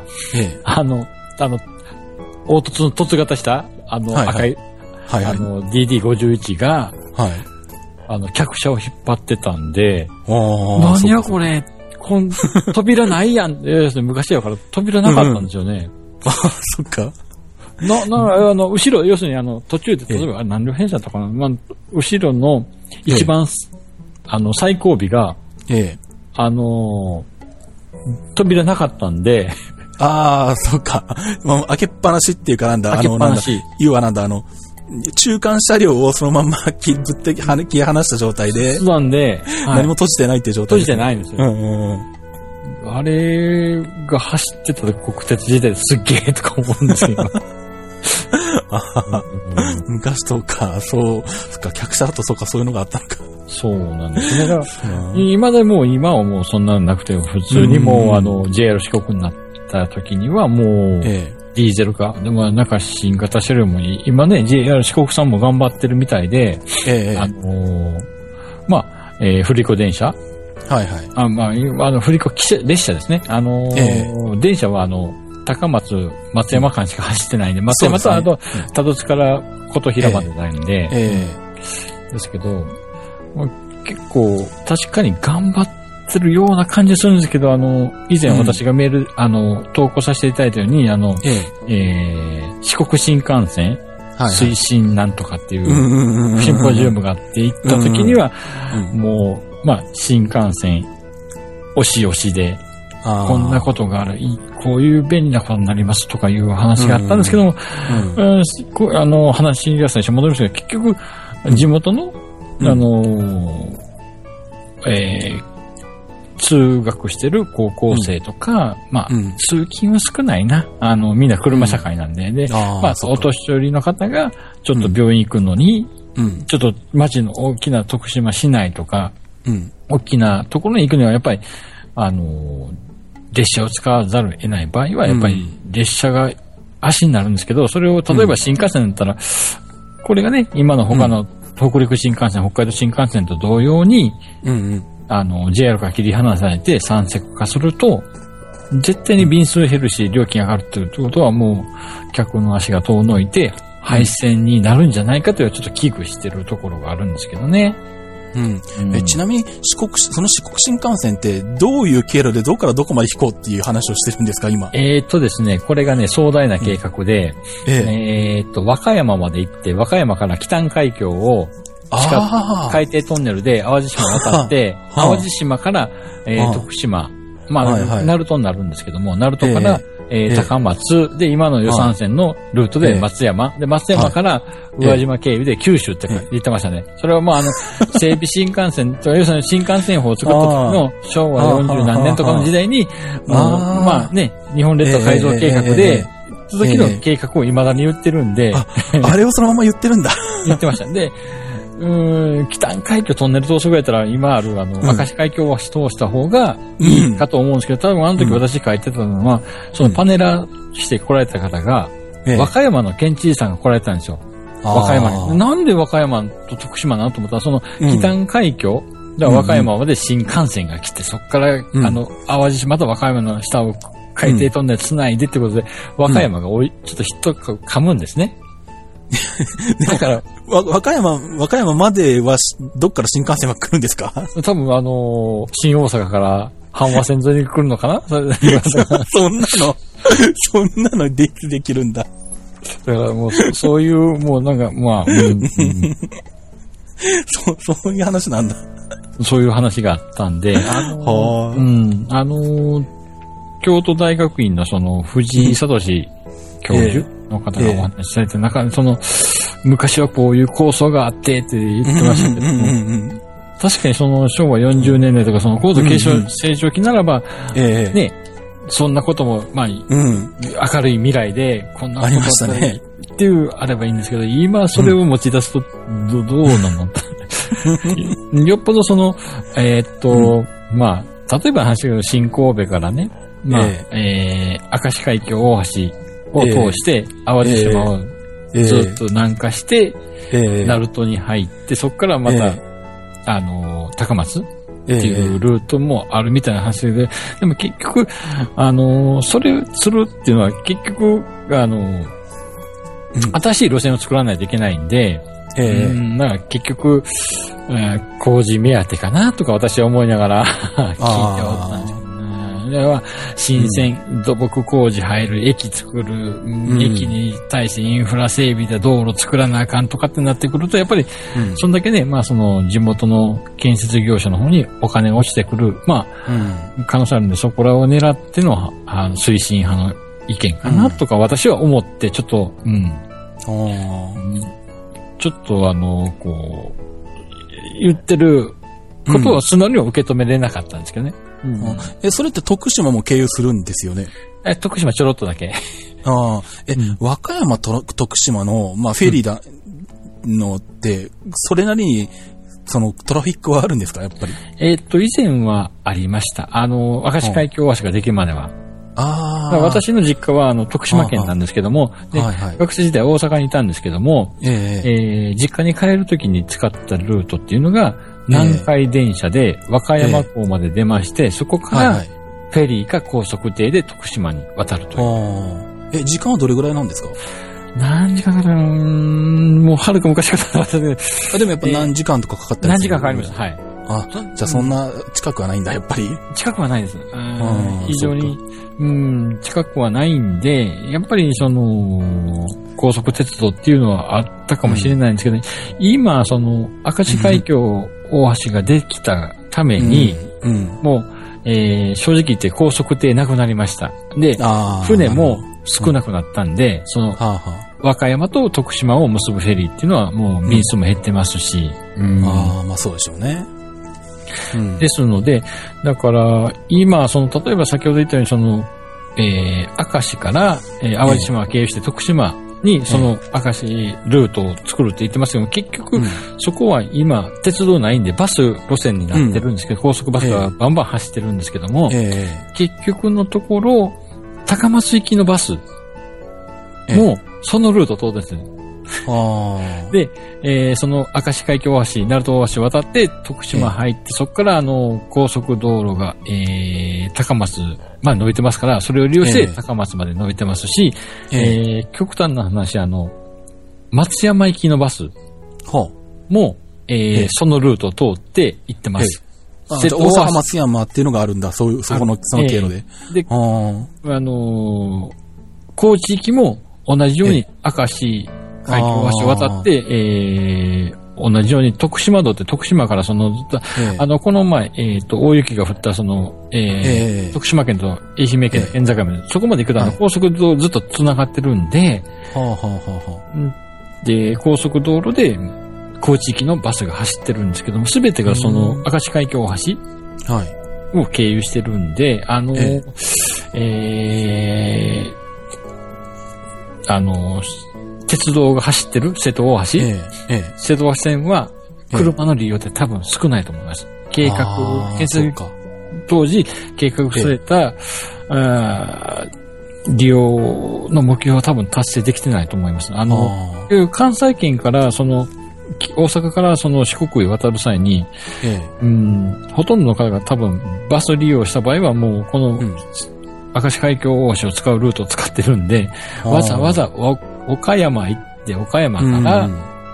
凹凸の凸型した、赤い、DD51 が、客車を引っ張ってたんで、何やこれ、扉ないやん。昔やから扉なかったんですよね。 あ、そっか。 後ろ、要するに途中で、例えば何両編成だったかな、まあ、後ろの一番、最後尾が、扉なかったんで、 ああ、そっか。まあ、開けっぱなしっていうかなんだ、要はなんだ、中間車両をそのまんま切り離した状態で、 なんで、 何も閉じてないっていう状態。 閉じてないんですよ。あれが走ってた国鉄時代ですっげえとか思うんですよ。 昔とか、そっか、客車だとそうか、そういうのがあったのか。 そうなんですね。だから、今はもうそんなのなくて、普通にもうJR 四国になった時にはもう、ディーゼル化。でもなんか新型車両も今ね、JR 四国さんも頑張ってるみたいで、まあ、振り子電車。 はいはい。 まあ、振り子列車ですね。電車は高松、松山間しか走ってないんで、松山と多度津から琴平までないんで、ですけど、結構確かに頑張ってるような感じするんですけど、以前私がメール、投稿させていただいたように、四国新幹線、推進なんとかっていうシンポジウムがあって行った時には、もう、まあ、新幹線、押し押しで、こんなことがある、こういう便利なことになりますとかいう話があったんですけども、話が最初戻るんですけど、結局、地元の、通学してる高校生とか、まあ、通勤は少ないな。みんな車社会なんで、で、まあ、お年寄りの方が、ちょっと病院行くのに、ちょっと町の大きな徳島市内とか、大きなところに行くには、やっぱり、列車を使わざるを得ない場合は、やっぱり列車が足になるんですけど、それを例えば新幹線だったら、これがね、今の他の北陸新幹線、北海道新幹線と同様に、JR から切り離されて三セク化すると、絶対に便数減るし、料金上がるっていうことはもう、客の足が遠のいて、廃線になるんじゃないかというちょっと危惧してるところがあるんですけどね。 ちなみにその四国新幹線ってどういう経路でどこからどこまで飛行っていう話をしてるんですか、今。 ですね、これがね、壮大な計画で、和歌山まで行って、和歌山から北谷海峡を、海底トンネルで淡路島を渡って、淡路島から、徳島、まあ、鳴門になるんですけども、鳴門から、高松で、今の予算線のルートで松山。で、松山から宇和島経由で九州って言ってましたね。それはもう整備新幹線、要するに新幹線法を作った時の昭和40何年とかの時代に、まあね、日本列島改造計画で、続きの計画を未だに言ってるんで。 あれをそのまま言ってるんだ。 言ってました。で、北谷海峡トンネル通すぐらいだったら、今ある明石海峡を通した方がいいかと思うんですけど、多分あの時私書いてたのは、そのパネラーして来られた方が、和歌山の県知事さんが来られたんですよ。和歌山に。なんで和歌山と徳島なのと思ったら、その北谷海峡、和歌山まで新幹線が来て、そこから、淡路島と和歌山の下を海底トンネル繋いでってことで、和歌山がちょっと一噛むんですね。 だから、和歌山までは、どっから新幹線は来るんですか？ 多分新大阪から阪和線沿いに来るのかなそんなのできるんだ。 だからもう、そういう、もうなんか、まあ、 そういう話なんだ。 そういう話があったんで、 京都大学院のその藤井聡教授の方がお話しされて、昔はこういう構想があってって言ってましたけども、確かにその昭和40年代とかその高度成長期ならば、ね、そんなことも、まあ、明るい未来で、こんなことありましたね。 っていうあればいいんですけど、今それを持ち出すと、どうなのよっぽどその、まあ、例えば話が新神戸からね、まあ、明石海峡大橋を通して、淡路島をずっと南下して、鳴門に入って、そこからまた、高松っていうルートもあるみたいな話で、でも結局、それするっていうのは結局、新しい路線を作らないといけないんで、だから結局、工事目当てかなとか私は思いながら聞いておったんですけど、だから新線、土木工事入る、駅作る、駅に対してインフラ整備で道路作らなあかんとかってなってくると、やっぱり、そんだけね、まあその地元の建設業者の方にお金が落ちてくる、まあ、可能性あるんで、そこらを狙っての推進派の意見かなとか私は思って、ちょっと、ちょっとこう、言ってることを素直には受け止めれなかったんですけどね。 それって徳島も経由するんですよね。 徳島ちょろっとだけ。 和歌山と徳島の、まあ、フェリーだのって、それなりに、そのトラフィックはあるんですか、やっぱり。 以前はありました。明石海峡大橋ができるまでは。私の実家は徳島県なんですけども、学生時代大阪にいたんですけども、実家に帰るときに使ったルートっていうのが、南海電車で和歌山港まで出まして、そこからフェリーか高速艇で徳島に渡るという。 時間はどれぐらいなんですか？ 何時間かかるもうはるか昔からだったで。 でもやっぱ何時間とかかかったりする？ 何時間かかりました。はい。 じゃあそんな近くはないんだ、やっぱり。 近くはないです。非常に、近くはないんで、やっぱり高速鉄道っていうのはあったかもしれないんですけど、今、明石海峡大橋ができたために、もう、正直言って高速艇なくなりました。で、船も少なくなったんで、和歌山と徳島を結ぶフェリーっていうのはもう便数も減ってますし。 まあそうでしょうね。 ですので、だから、今、例えば先ほど言ったように、明石から、淡路島を経由して徳島に、明石ルートを作るって言ってますけど、結局、そこは今、鉄道ないんで、バス路線になってるんですけど、高速バスがバンバン走ってるんですけども、結局のところ、高松行きのバスも、そのルートを通ってるんですね。で、その明石海峡大橋、鳴門大橋を渡って徳島入って、そこから高速道路が、高松まで伸びてますから、それを利用して高松まで伸びてますし、極端な話、松山行きのバスも、そのルートを通って行ってます。 大阪松山っていうのがあるんだ、その経路で。 で、高知行きも同じように明石海峡大橋を渡って、同じように徳島道って徳島からこの前、大雪が降った徳島県と愛媛県の県境まで、そこまで行くと高速道路ずっと繋がってるんで、で、高速道路で高知行きのバスが走ってるんですけども、すべてが明石海峡大橋を経由してるんで、鉄道が走ってる瀬戸大橋、瀬戸大橋線は車の利用って多分少ないと思います。建設当時計画された、利用の目標は多分達成できてないと思います。関西圏から大阪から四国へ渡る際に、ほとんどの方が多分バス利用した場合はもうこの明石海峡大橋を使うルートを使ってるんで、わざわざ岡山行って、岡山から、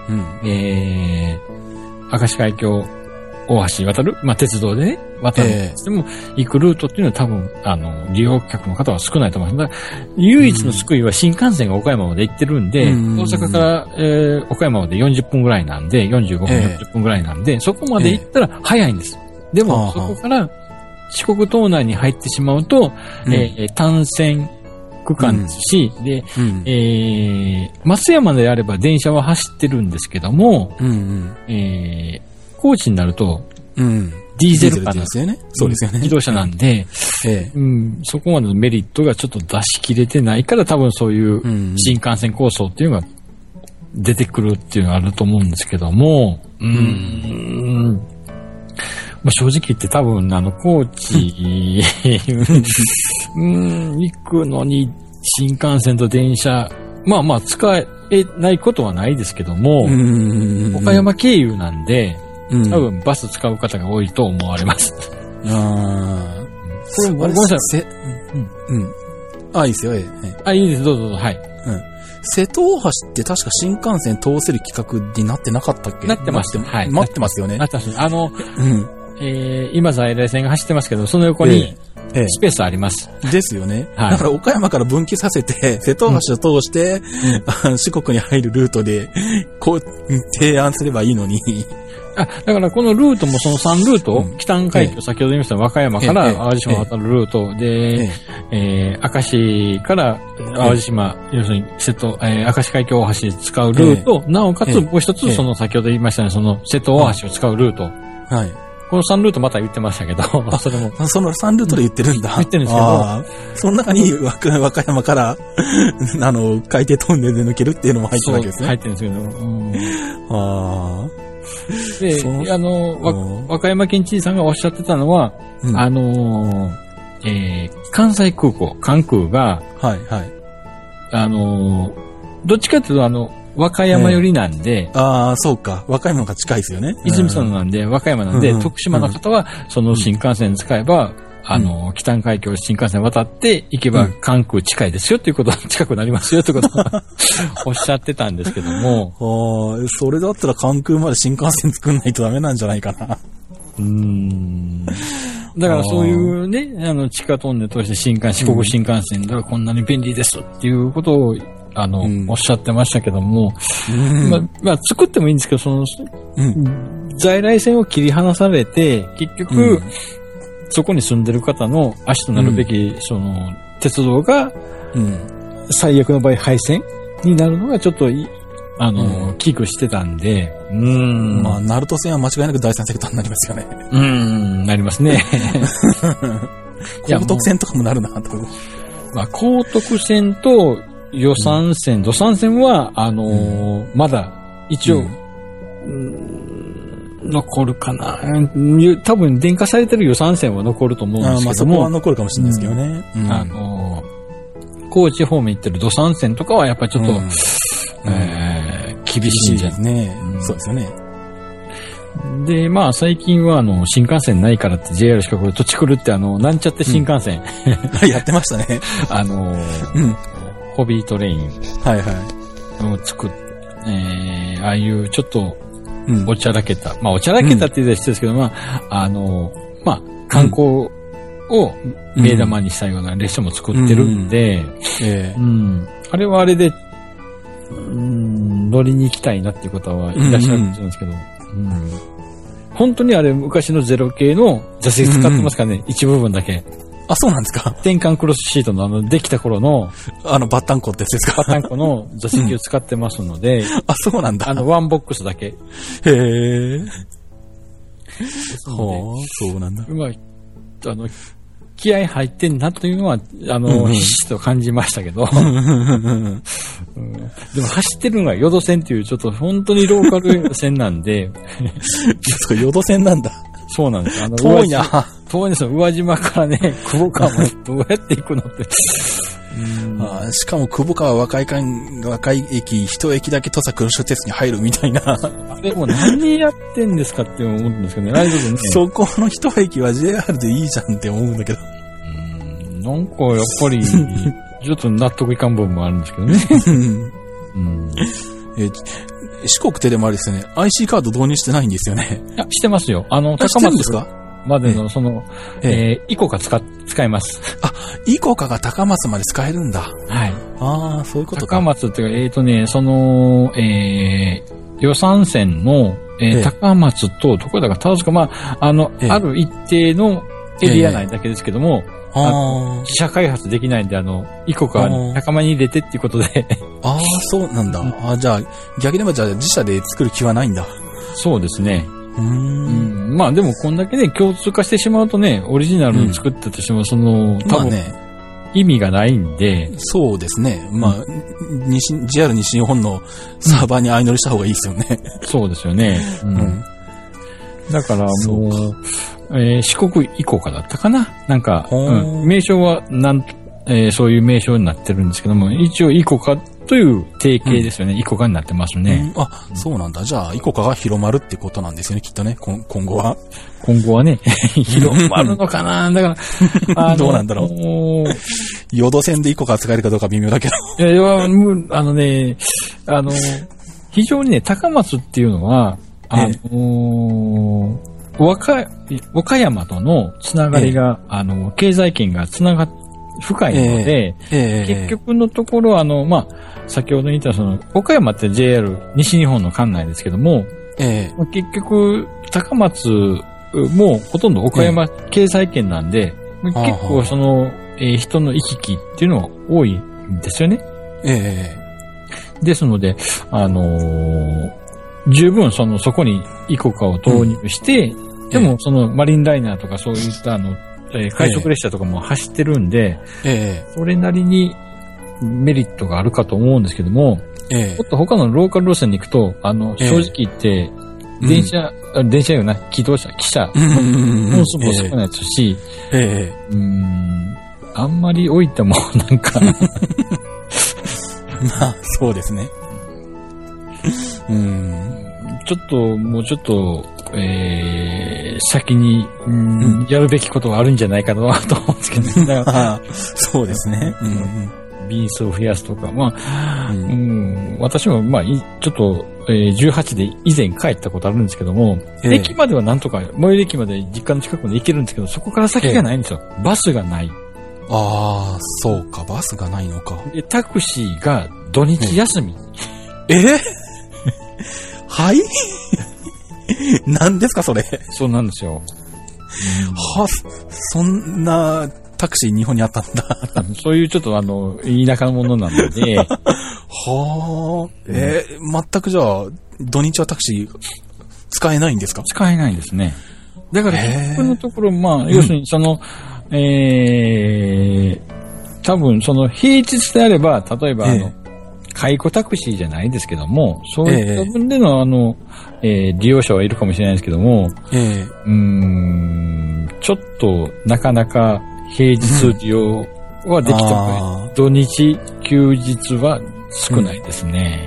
明石海峡大橋渡る、鉄道でね、渡るとしても、行くルートっていうのは多分、利用客の方は少ないと思います。だから唯一の救いは新幹線が岡山まで行ってるんで、大阪から、岡山まで40分ぐらいなんで、45分、40分ぐらいなんで、そこまで行ったら早いんです。でも、そこから、 四国島内に入ってしまうと、単線区間ですし、で、松山であれば電車は走ってるんですけども、高知になると、ディーゼルカーですよね。そうですよね。自動車なんで、そこまでのメリットがちょっと出し切れてないから、多分そういう新幹線構想っていうのが出てくるっていうのがあると思うんですけども、まあ、正直言って多分高知、行くのに新幹線と電車、まあまあ使えないことはないですけども、岡山経由なんで、多分バス使う方が多いと思われます。これごめんなさい。いいですよ、いいです、どうぞ、はい。 瀬戸大橋って確か新幹線通せる企画になってなかったっけ？ なってます。 はい。待ってますよね。 なってます。今在来線が走ってますけど、その横に、スペースあります。 ですよね。だから岡山から分岐させて、瀬戸大橋を通して、四国に入るルートで、こう、提案すればいいのに。 だからこのルートもその3ルート、北安海峡、先ほど言いました和歌山から淡路島を渡るルートで、明石から淡路島、要するに明石海峡大橋で使うルート、なおかつもう一つその先ほど言いましたね、その瀬戸大橋を使うルート。この3ルートまた言ってましたけど、 それも。その3ルートで言ってるんだ。 言ってるんですけど、 その中に和歌山から、海底トンネルで抜けるっていうのも入ってるわけですね。 入ってるんですけど、で、和歌山県知事さんがおっしゃってたのは、関西空港、関空が、どっちかというと和歌山寄りなんで、 そうか。和歌山が近いですよね。 泉佐野なんで、和歌山なんで、徳島の方は、その新幹線使えば、北安海峡新幹線渡って行けば関空近いですよっていうことは近くなりますよってことはおっしゃってたんですけども。 それだったら関空まで新幹線作んないとダメなんじゃないかな。 だからそういうね、地下トンネル通して四国新幹線ではこんなに便利ですっていうことを、おっしゃってましたけども、まあ、作ってもいいんですけど、在来線を切り離されて、結局、そこに住んでる方の足となるべき、鉄道が、最悪の場合廃線になるのがちょっと、危惧してたんで、 まあ、鳴門線は間違いなく第三セクターになりますよね。 なりますね。 高徳線とかもなるな、と。 まあ、高徳線と、予算線、土産線は、まだ、一応、残るかな。多分、電化されてる予算線は残ると思うんですけども。 そこは残るかもしれないですけどね。 高知方面行ってる土産線とかは、やっぱりちょっと、厳しいんじゃないですね。 そうですよね。 で、まあ、最近は、新幹線ないからって JR しかこれ土地来るって、なんちゃって新幹線。 やってましたね。 ホビートレインを作って、ああいうちょっと、おちゃらけた、まあおちゃらけたって言うと失礼ですけど、まあ、まあ、観光を目玉にしたような列車も作ってるんで、あれはあれで、乗りに行きたいなっていう方はいらっしゃるんですけど、本当にあれ昔のゼロ系の座席使ってますからね、一部分だけ。 そうなんですか。 転換クロスシートのできた頃の、 バッタンコってやつですか。 バッタンコの座席を使ってますので、 そうなんだ。 ワンボックスだけ。 そうなんだ。 気合入ってんなというのは、ひしひしと感じましたけど。でも走ってるのが淀線っていうちょっと本当にローカル線なんで。 淀線なんだ。 そうなんです。 遠いな。 遠いですよ。宇和島からね、久保川までどうやって行くのって。 しかも久保川若い駅、一駅だけ土佐黒潮鉄に入るみたいな。 でも何やってんですかって思うんですけどね。 そこの一駅は JR でいいじゃんって思うんだけど。 なんかやっぱり、ちょっと納得いかん部分もあるんですけどね。 四国ってでもあれですよね。IC カード導入してないんですよね。 いや、してますよ。高松ですかまでの、イコカ使えます。 イコカが高松まで使えるんだ。 はい。 そういうことか。 高松っていうか、予算線の、高松と、どこだか、確か、まあ、ある一定の、 エリア内だけですけども、自社開発できないんで、イコカ仲間に入れてっていうことで。 ああ、そうなんだ。じゃあ、逆に言えばじゃあ自社で作る気はないんだ。 そうですね。まあでもこんだけね、共通化してしまうとね、オリジナルに作ったとしても、多分、意味がないんで。 そうですね。まあ、JR 西日本のサーバーに相乗りした方がいいですよね。 そうですよね。だからもう、四国イコカだったかななんか、名称はそういう名称になってるんですけども、一応イコカという定型ですよね。イコカになってますね。 そうなんだ。じゃあ、イコカが広まるってことなんですよね、きっとね、今後は。 今後はね、広まるのかなだから、 どうなんだろう。淀線でイコカ使えるかどうか微妙だけど。 いや、非常にね、高松っていうのは、和歌山とのつながりが、経済圏が深いので、結局のところ先ほど言った岡山って JR 西日本の管内ですけども、結局、高松もほとんど岡山経済圏なんで、結構人の行き来っていうのは多いんですよね。ですので、十分そこにイコカを投入して、でもマリンライナーとかそういった快速列車とかも走ってるんで、それなりにメリットがあるかと思うんですけども、もっと他のローカル路線に行くと、正直言って、電車よな、汽車、本数も少ないですし、あんまり置いてもなんか、 まあ、そうですね。 もうちょっと、先に、やるべきことがあるんじゃないかなと思うんですけどね。 そうですね。 便数を増やすとか。私も、ちょっと、18で以前帰ったことあるんですけども、駅まではなんとか、最寄り駅まで実家の近くまで行けるんですけど、そこから先がないんですよ。バスがない。 ああ、そうか、バスがないのか。 タクシーが土日休み。 はい何ですか、それ。 そうなんですよ。 そんなタクシー日本にあったんだ。 そういうちょっと田舎のものなので。 全くじゃあ、土日はタクシー使えないんですか？ 使えないんですね。だから、結局のところ、要するに多分平日であれば、例えば解雇タクシーじゃないですけども、そういった分での利用者はいるかもしれないですけども、ちょっとなかなか平日利用はできても、土日、休日は少ないですね。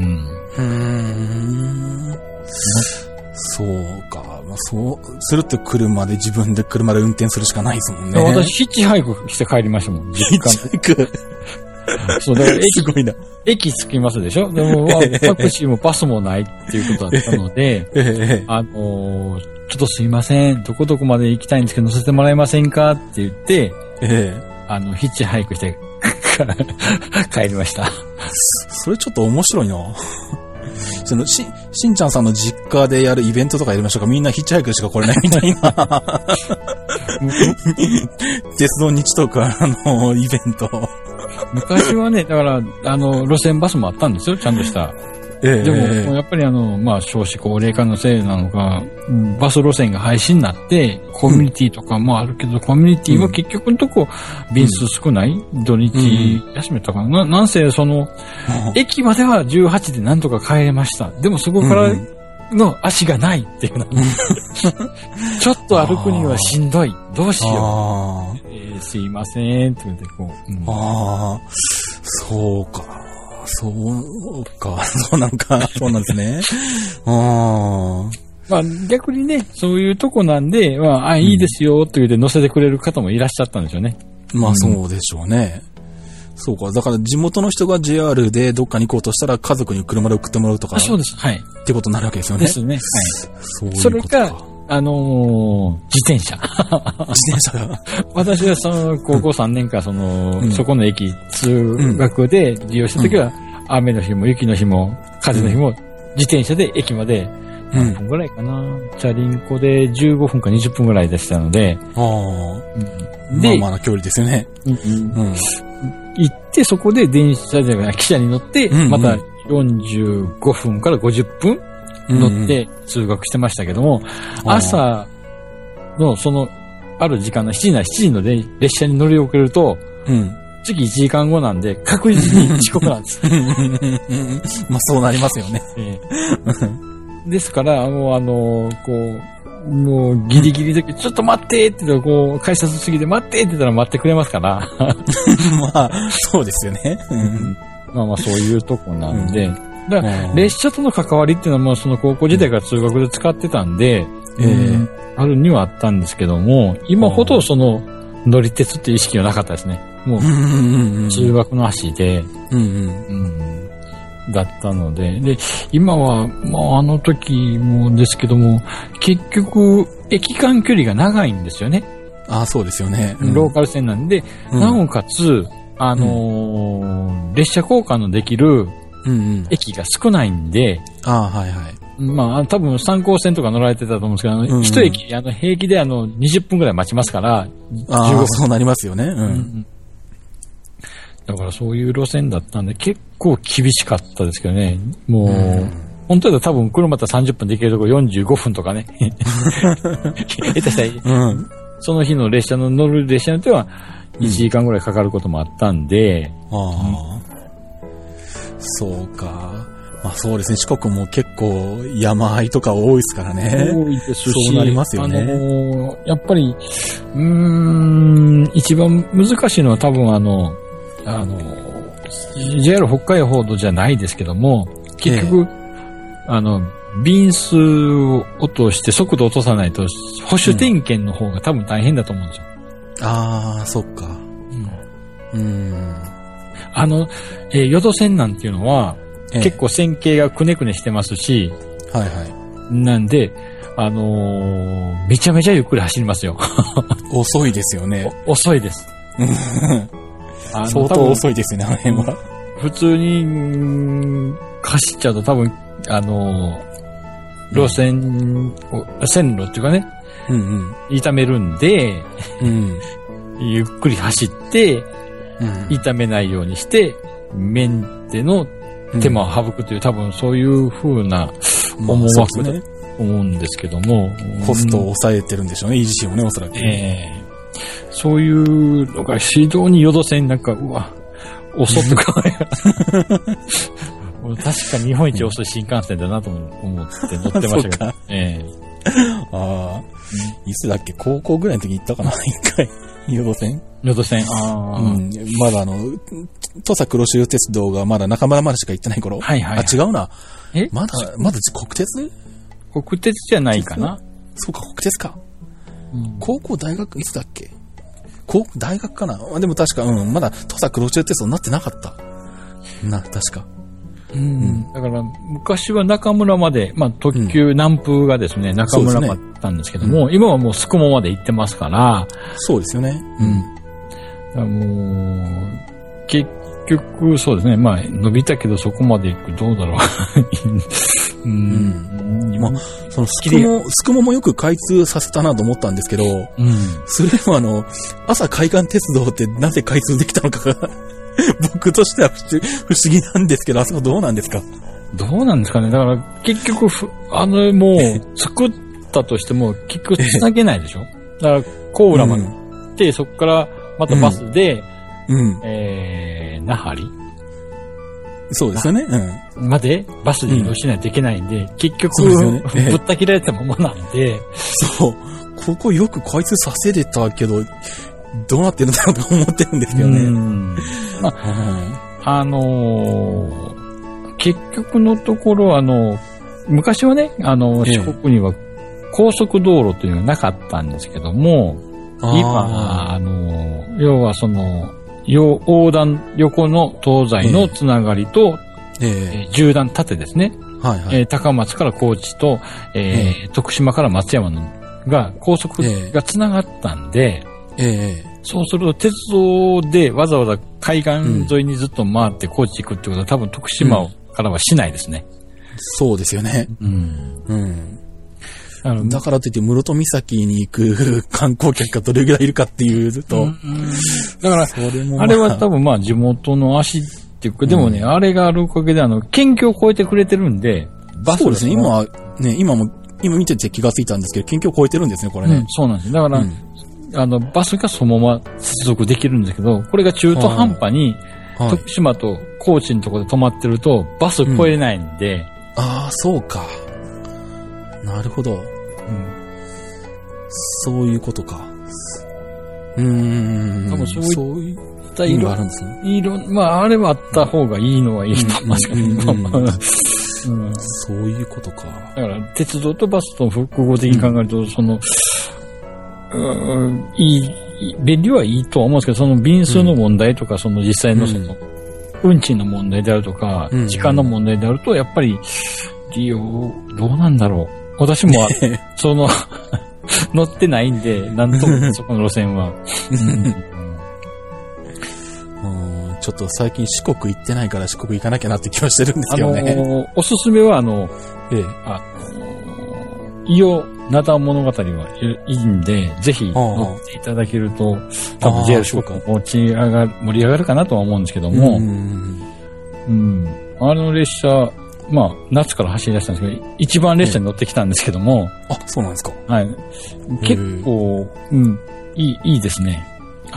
そうか。そうすると自分で車で運転するしかないですもんね。 私、ヒッチハイクして帰りましたもん。 ヒッチハイクそう、だからすごいな。 駅着きますでしょ？でも、タクシーもバスもないっていうことだったので、ちょっとすいません、どこどこまで行きたいんですけど乗せてもらえませんかって言って、ヒッチハイクして帰りました。 それちょっと面白いな。しんちゃんさんの実家でやるイベントとかやりましょうか。みんなヒッチハイクしか来れないみたいな。鉄道日とかイベント。 昔はね、だから、路線バスもあったんですよ、ちゃんとした。でも、やっぱり少子高齢化のせいなのか、バス路線が廃止になって、コミュニティとかもあるけど、コミュニティは結局のとこ、便数少ない、土日休めたかな。なんせ、駅までは18でなんとか帰れました。でもそこからの足がないっていうの。ちょっと歩くにはしんどい。どうしよう。すいません、って言ってそうか。そうなんか。そうなんですね。 逆にね、そういうとこなんで、いいですよ、って言って乗せてくれる方もいらっしゃったんでしょうね。 そうでしょうね。そうか。だから地元の人が JR でどっかに行こうとしたら家族に車で送ってもらうとか。 そうです。はい。 ってことになるわけですよね。 ですね。はい。 そういうことか。 それか、自転車。 自転車が。 私は高校3年間そこの駅通学で利用したときは、雨の日も雪の日も風の日も自転車で駅まで何分ぐらいかな。チャリンコで15分か20分ぐらいでしたので。 で、まあまあな距離ですよね。 行って、そこで汽車に乗って、また45分から50分乗って通学してましたけども、朝のある時間の7時の列車に乗り遅れると、次1時間後なんで確実に遅刻なんです。 まあそうなりますよね。 ですから、もうギリギリで、ちょっと待ってって言ったら、改札過ぎで待ってって言ったら待ってくれますから。 まあ、そうですよね。 まあまあそういうとこなんで、だから列車との関わりっていうのはもうその高校時代から通学で使ってたんで、あるにはあったんですけども、今ほど乗り鉄っていう意識はなかったですね。もう、通学の足で、だったので、で、今は、もうあの時もですけども、結局、駅間距離が長いんですよね。 ああ、そうですよね。 ローカル線なんで、なおかつ、列車交換のできる駅が少ないんで、まあ、多分3号線とか乗られてたと思うんですけど、一駅、平気で20分くらい待ちますから、 そうなりますよね。 だからそういう路線だったんで、結構厳しかったですけどね。もう、本当だったら多分車だったら30分で行けるところ45分とかね。下手したら、その日の乗る列車によっては1時間ぐらいかかることもあったんで。 そうか。まあそうですね。四国も結構山あいとか多いですからね。 多いですし。 そうなりますよね。 やっぱり、一番難しいのは多分JR 北海道ほどじゃないですけども、結局、便数を落として速度落とさないと、保守点検の方が多分大変だと思うんですよ。 ああ、そっか。 淀線なんていうのは、結構線形がくねくねしてますし、なんで、めちゃめちゃゆっくり走りますよ。 遅いですよね。 遅いです。 相当遅いですね、あの辺は。 普通に走っちゃうと多分、線路っていうかね、痛めるんで、ゆっくり走って、痛めないようにして、メンテの手間を省くという、多分そういう風な思惑だと思うんですけども。 コストを抑えてるんでしょうね、維持費をね、おそらく。 そういうのが非常に淀線なんか、うわ、遅ってかない確か日本一遅い新幹線だなと思って乗ってましたけど。 いつだっけ、高校ぐらいの時に行ったかな、一回。淀線。まだ土佐黒潮鉄道がまだ中村までしか行ってない頃。違うな。まだ国鉄じゃないかな。 そうか、国鉄か。高校大学いつだっけ？大学かな。でも確か、まだ土佐黒潮鉄道になってなかった。確か。 だから、昔は中村まで、まあ、特急南風がですね、中村まで行ったんですけども、今はもう宿毛まで行ってますから。 そうですよね。 だからもう、結局、そうですね、まあ、伸びたけどそこまで行く、どうだろう。 まあ、その宿毛もよく開通させたなと思ったんですけど、それでも朝海岸鉄道ってなぜ開通できたのかが、僕としては不思議なんですけど、あそこどうなんですか？ どうなんですかね。だから結局もう作ったとしても結局繋げないでしょ。だから小浦まで行って、そこからまたバスで、那覇そうですよね。 までバスで移動しないといけないんで、結局ぶった切られたままなんで。 そう。ここよく開通させれたけど、どうなってるんだろうと思ってるんですけどね。 まあ、結局のところ昔はね、四国には高速道路というのがなかったんですけども、今、要は横の東西のつながりと、縦断縦ですね。高松から高知と、徳島から松山が高速がつながったんで、そうすると鉄道でわざわざ海岸沿いにずっと回って高知行くってことは多分徳島からはしないですね。 そうですよね。 うん。 うん。だからといって室戸岬に行く観光客がどれぐらいいるかっていうと、 だから、あれは多分まあ地元の足っていうか、でもね、あれがあるおかげで県境を越えてくれてるんで、 そうですね、今見てて気がついたんですけど、県境を越えてるんですね、これね。 そうなんです。だから、バスがそのまま接続できるんですけど、これが中途半端に、徳島と高知のところで止まってると、バス越えないんで。 ああ、そうか。なるほど。そういうことか。 多分そういった色があるんですね。 まあ、あれはあった方がいいのはいいと思いますけど、 そういうことか。 だから、鉄道とバスと複合的に考えると、便利はいいとは思うんですけど、その便数の問題とか、その実際の運賃の問題であるとか、時間の問題であると、やっぱり、利用、どうなんだろう。私も、乗ってないんで、なんともそこの路線は。 ちょっと最近四国行ってないから四国行かなきゃなって気はしてるんですけどね。 おすすめは伊予灘物語はいいんで、ぜひ乗っていただけると、多分 JR 四国も盛り上がるかなとは思うんですけども、あの列車、まあ、夏から走り出したんですけど、一番列車に乗ってきたんですけども。 あ、そうなんですか。 はい。結構、いいですね。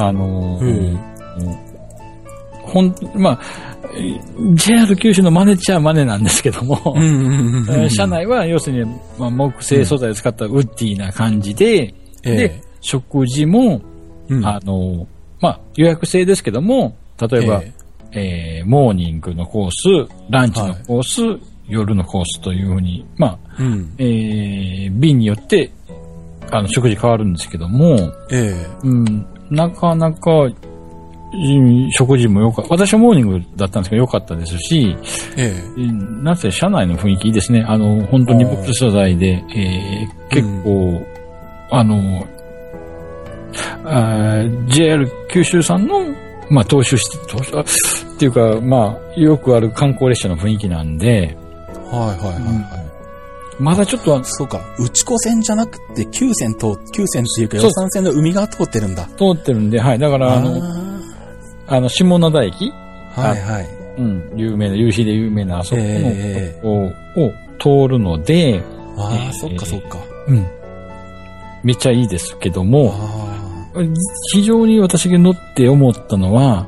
まあ、JR 九州の真似っちゃ真似なんですけども、車内は要するに、まあ、木製素材を使ったウッディな感じで、で、食事も、まあ、予約制ですけども、例えば、モーニングのコース、ランチのコース、夜のコースというふうに、まあ、便によって、食事変わるんですけども、なかなか、食事も良かった。私はモーニングだったんですけど良かったですし、なぜ車内の雰囲気いいですね。本当に木素材で、結構、JR 九州さんの、まあ、踏襲っていうか、まあ、よくある観光列車の雰囲気なんで、まだちょっとそうか、内子線じゃなくて9線っていうか予算線の海側通ってるんだ。 通ってるんで、はい。だから、下灘駅有名な、夕日で有名なあそこの、を通るので、 そっかそっか。 めっちゃいいですけども、非常に私が乗って思ったのは、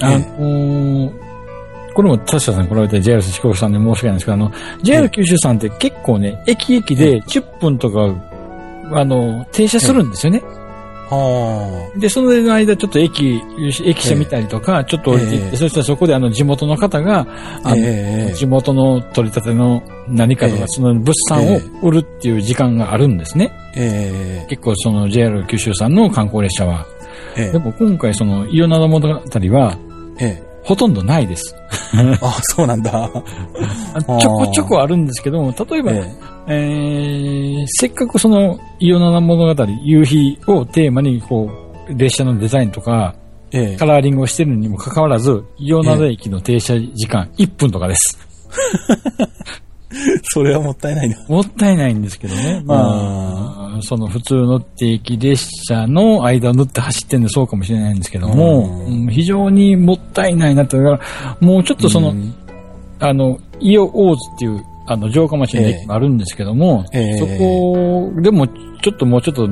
これも田下さんに比べて JR 四国さんで申し訳ないんですけど、JR 九州さんって結構ね、駅で10分とか、停車するんですよね。で、その間ちょっと駅舎見たりとか、ちょっと降りていって、そしたらそこで地元の方が、地元の取り立ての何かとか、その物産を売るっていう時間があるんですね。結構その JR 九州さんの観光列車は。でも今回その伊予灘物語は、ほとんどないです。 そうなんだ。 ちょこちょこあるんですけども、例えば、せっかくその伊予灘物語、夕日をテーマにこう、列車のデザインとか、カラーリングをしてるにもかかわらず、伊予灘駅の停車時間1分とかです。 それはもったいないな。 もったいないんですけどね。まあ、その普通の定期列車の間を縫って走ってるんでそうかもしれないんですけども、非常にもったいないなと。だからもうちょっとその、伊予大津っていう、城下町の駅があるんですけども、そこでもちょっともうちょっと、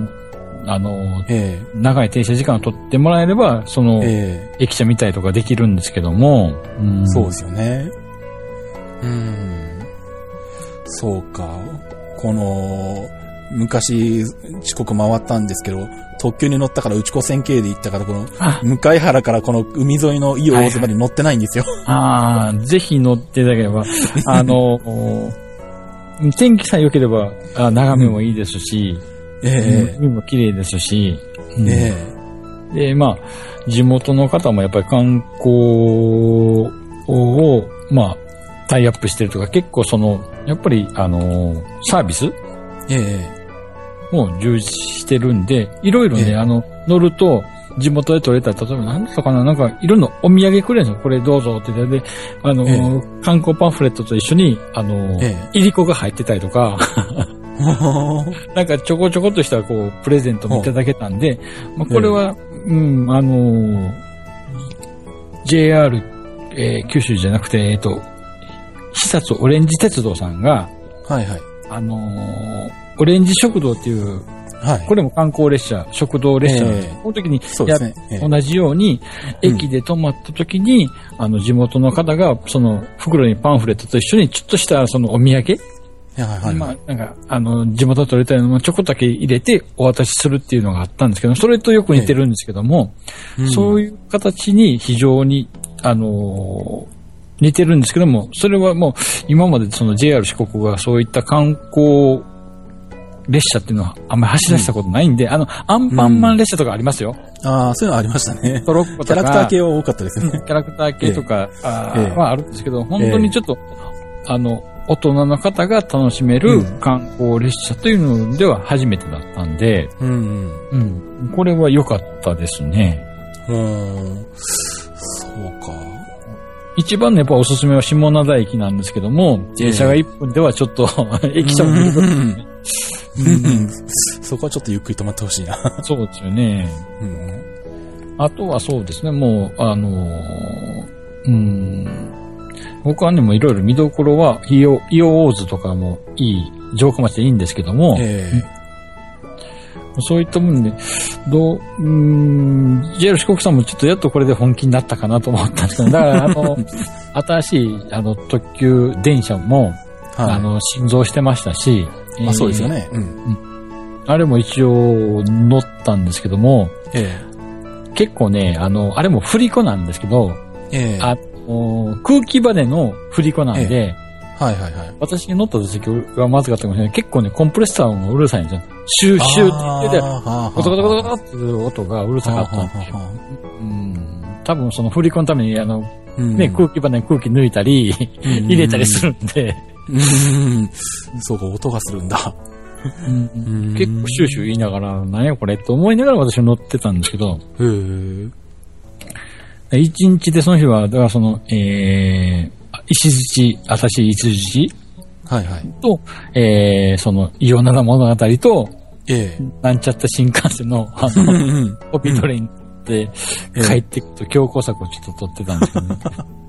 長い停車時間を取ってもらえれば、その、駅舎見たりとかできるんですけども、 そうですよね。そうか。昔、四国回ったんですけど、特急に乗ったから内子線系で行ったから、向原からこの海沿いの伊予大津まで乗ってないんですよ。 ぜひ乗っていただければ、天気さえ良ければ、眺めもいいですし、海も綺麗ですし、で、まあ、地元の方もやっぱり観光を、まあ、タイアップしてるとか、結構やっぱり、サービスも充実してるんで、いろいろね、乗ると、 地元で取れた、例えば何だったかな、なんかいろんなお土産くれるんですよ。これどうぞって言って、で、観光パンフレットと一緒に、いりこが入ってたりとか、なんかちょこちょこっとしたこう、プレゼントもいただけたんで、まあ、これは、JR、九州じゃなくて、久津オレンジ鉄道さんが、 はいはい。 オレンジ食堂っていう、はい、これも観光列車、食堂列車なんです。この時に同じように、駅で止まった時に、地元の方が、その袋にパンフレットと一緒にちょっとしたそのお土産、まあ、なんか、地元で取れたようなものちょこっとだけ入れてお渡しするっていうのがあったんですけど、それとよく似てるんですけども、そういう形に非常に、似てるんですけども、それはもう、今までその JR 四国がそういった観光列車っていうのはあんまり走らせたことないんで、アンパンマン列車とかありますよ。 ああ、そういうのありましたね。 トロッコとか。 キャラクター系は多かったですね。 キャラクター系とか、はあるんですけど、本当にちょっと、大人の方が楽しめる観光列車というのでは初めてだったんで、これは良かったですね。 そうか。 一番ね、やっぱおすすめは下灘駅なんですけども、電車が1分ではちょっと、駅舎も見ることですね。 そこはちょっとゆっくり止まってほしいな。 そうですよね。あとはそうですね、もう、僕はね、もういろいろ見どころは、伊予大津とかもいい、城下町でいいんですけども、そういったもんで、JR 四国さんもちょっとやっとこれで本気になったかなと思ったんですけど、だから新しい、特急電車も、新造してましたし、 そうですよね。 あれも一応乗ったんですけども、結構ね、あれも振り子なんですけど、空気バネの振り子なんで、私が乗った時がまずかったかもしれない。結構ね、コンプレッサーもうるさいんですよ。シューシューって言ってて、ゴトゴトゴトゴトっていう音がうるさかったんで、多分その振り子のためにね、空気バネに空気抜いたり、入れたりするんで。 そうか、音がするんだ。 結構シューシュー言いながら、なんやこれって思いながら私は乗ってたんですけど、一日でその日は、だからその、石槌、私石槌と、その、伊予灘物語と、なんちゃった新幹線の、オピトレインで帰ってくると強行策をちょっと取ってたんですけどね。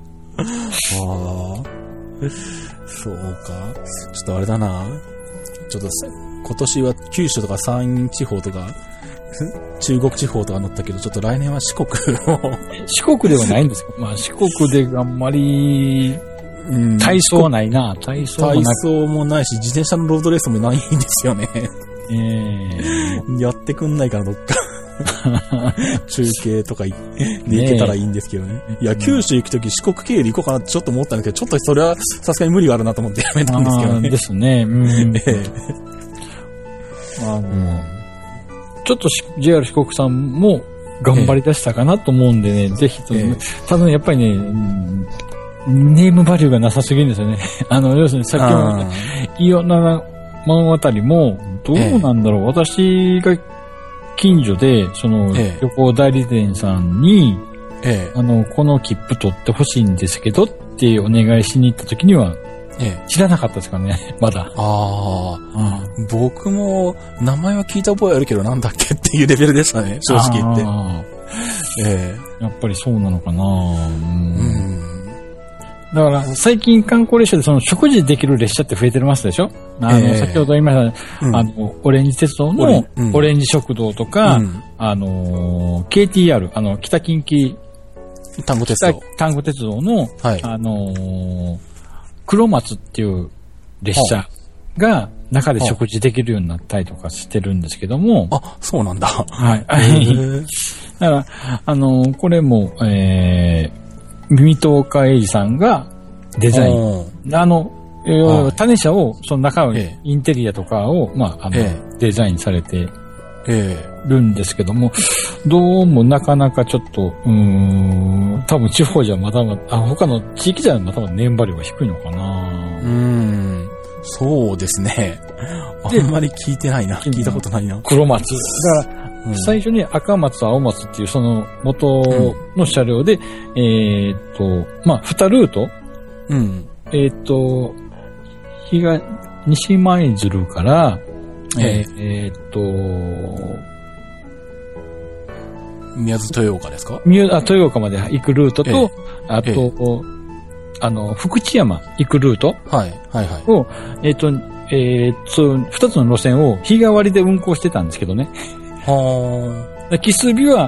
そうか。ちょっとあれだな。ちょっと今年は九州とか山陰地方とか、中国地方とか乗ったけど、ちょっと来年は四国を。 四国ではないんですか？まあ四国であんまり、体操はないな。体操もないし、自転車のロードレースもないんですよね。やってくんないかな、どっか。中継とかで行けたらいいんですけどね。いや、九州行くとき四国経由で行こうかなってちょっと思ったんですけど、ちょっとそれはさすがに無理があるなと思ってやめたんですけどね。 ですね。ちょっと JR 四国さんも頑張り出したかなと思うんでね、ぜひとも、ただやっぱりね、ネームバリューがなさすぎるんですよね。要するにさっきの伊予灘物語も、どうなんだろう。私が近所で、その、旅行代理店さんに、この切符取ってほしいんですけどってお願いしに行った時には、知らなかったですからね、まだ。 僕も名前は聞いた覚えあるけどなんだっけっていうレベルでしたね、正直言って。 やっぱりそうなのかな。だから最近観光列車でその食事できる列車って増えてますでしょ。先ほど言いました、オレンジ鉄道のオレンジ食堂とか、KTR、北近畿丹後鉄道の、黒松っていう列車が中で食事できるようになったりとかしてるんですけども。 そうなんだ。 はい。だから、これも、三戸岡英二さんがデザイン。種車を、その中のインテリアとかを、デザインされてるんですけども、どうもなかなかちょっと、多分地方じゃまだまだ、他の地域じゃまだまだ年張りは低いのかな。 そうですね。あんまり聞いてないな。聞いたことないな。 黒松。だから、 最初に赤松、青松っていうその元の車両で、まあ、2ルート、西舞鶴から、 宮津豊岡ですか？ 豊岡まで行くルートと、あと、福知山行くルートを、二つの路線を日替わりで運行してたんですけどね。奇数日は、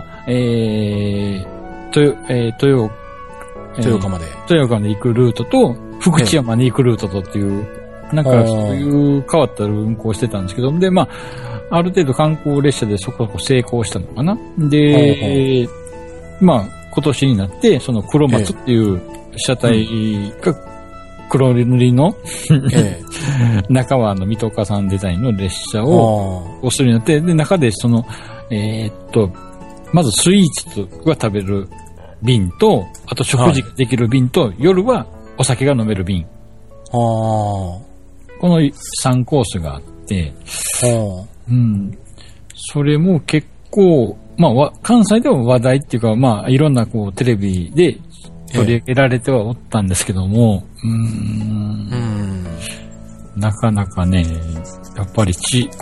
豊岡まで行くルートと、福知山に行くルートとっていう、なんかそういう変わった運行してたんですけど、で、まあ、ある程度観光列車でそこそこ成功したのかな。で、まあ、今年になって、その黒松っていう車体が黒塗りの、中川の水戸岡さんデザインの列車を押すようになって、で、中でその、まずスイーツが食べる瓶と、あと食事ができる瓶と、夜はお酒が飲める瓶。この3コースがあって、それも結構、まあ、関西では話題っていうか、まあ、いろんなこうテレビで取り上げられてはおったんですけども、なかなかね、やっぱり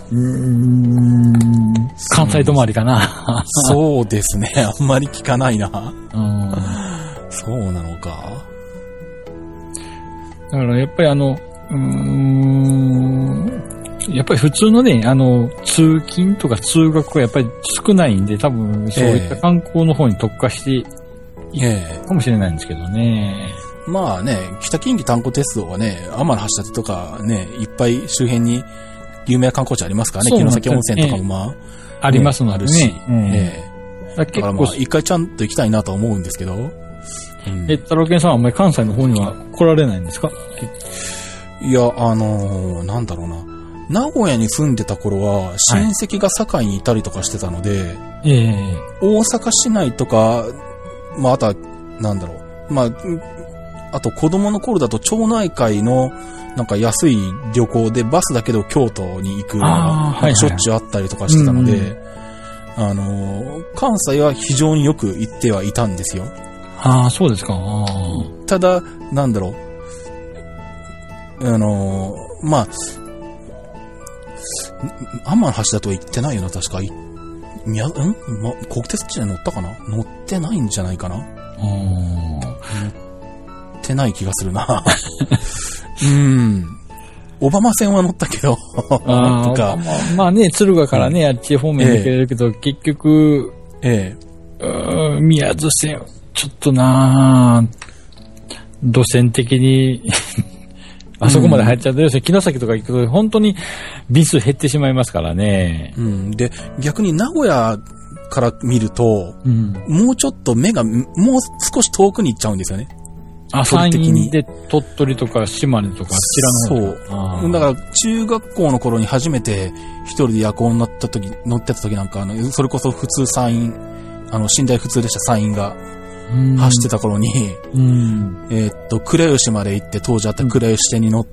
関西止まりかな。 そうですね。あんまり聞かないな。そうなのか。 だからやっぱりやっぱり普通のね、通勤とか通学はやっぱり少ないんで、多分そういった観光の方に特化していくかもしれないんですけどね。 まあね、北近畿炭鉱鉄道はね、天橋立とかね、いっぱい周辺に有名な観光地ありますからね、城崎温泉とかもまあ、 ありますので、ね、 あるし、だからまあ一回ちゃんと行きたいなとは思うんですけど。 太郎健さんはあんまり関西の方には来られないんですか？ いや、なんだろうな。名古屋に住んでた頃は、親戚が堺にいたりとかしてたので、大阪市内とか、まあ、あとは、なんだろう。まあ、あと子供の頃だと町内会の、なんか安い旅行でバスだけど京都に行くのが、しょっちゅうあったりとかしてたので、関西は非常によく行ってはいたんですよ。 ああ、そうですか。 ただ、なんだろう。まあ、天橋だと行ってないよな、確か。国鉄地に乗ったかな？乗ってないんじゃないかな？乗ってない気がするな。小浜線は乗ったけど、とか。 まあね、敦賀からね、あっち方面に行けるけど、結局、宮津線、ちょっとな路線的に、あそこまで入っちゃってるんですよ。城崎とか行くと本当に便数減ってしまいますからね。 で、逆に名古屋から見ると、もうちょっと目が、もう少し遠くに行っちゃうんですよね。 山陰で鳥取とか島根とかあちらの方。そう。だから中学校の頃に初めて一人で夜行に乗ってた時なんか、それこそ普通山陰、寝台普通でした山陰が。走ってた頃に、倉吉まで行って、当時あった倉吉線に乗って、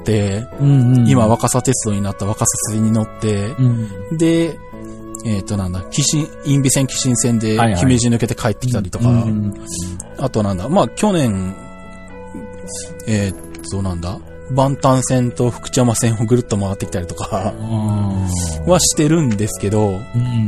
今若狭鉄道になった若狭線に乗って、で、なんだ、因美線紀信線で姫路抜けて帰ってきたりとか、あとなんだ、まあ去年、なんだ、万丹線と福知山線をぐるっと回ってきたりとか、はしてるんですけど、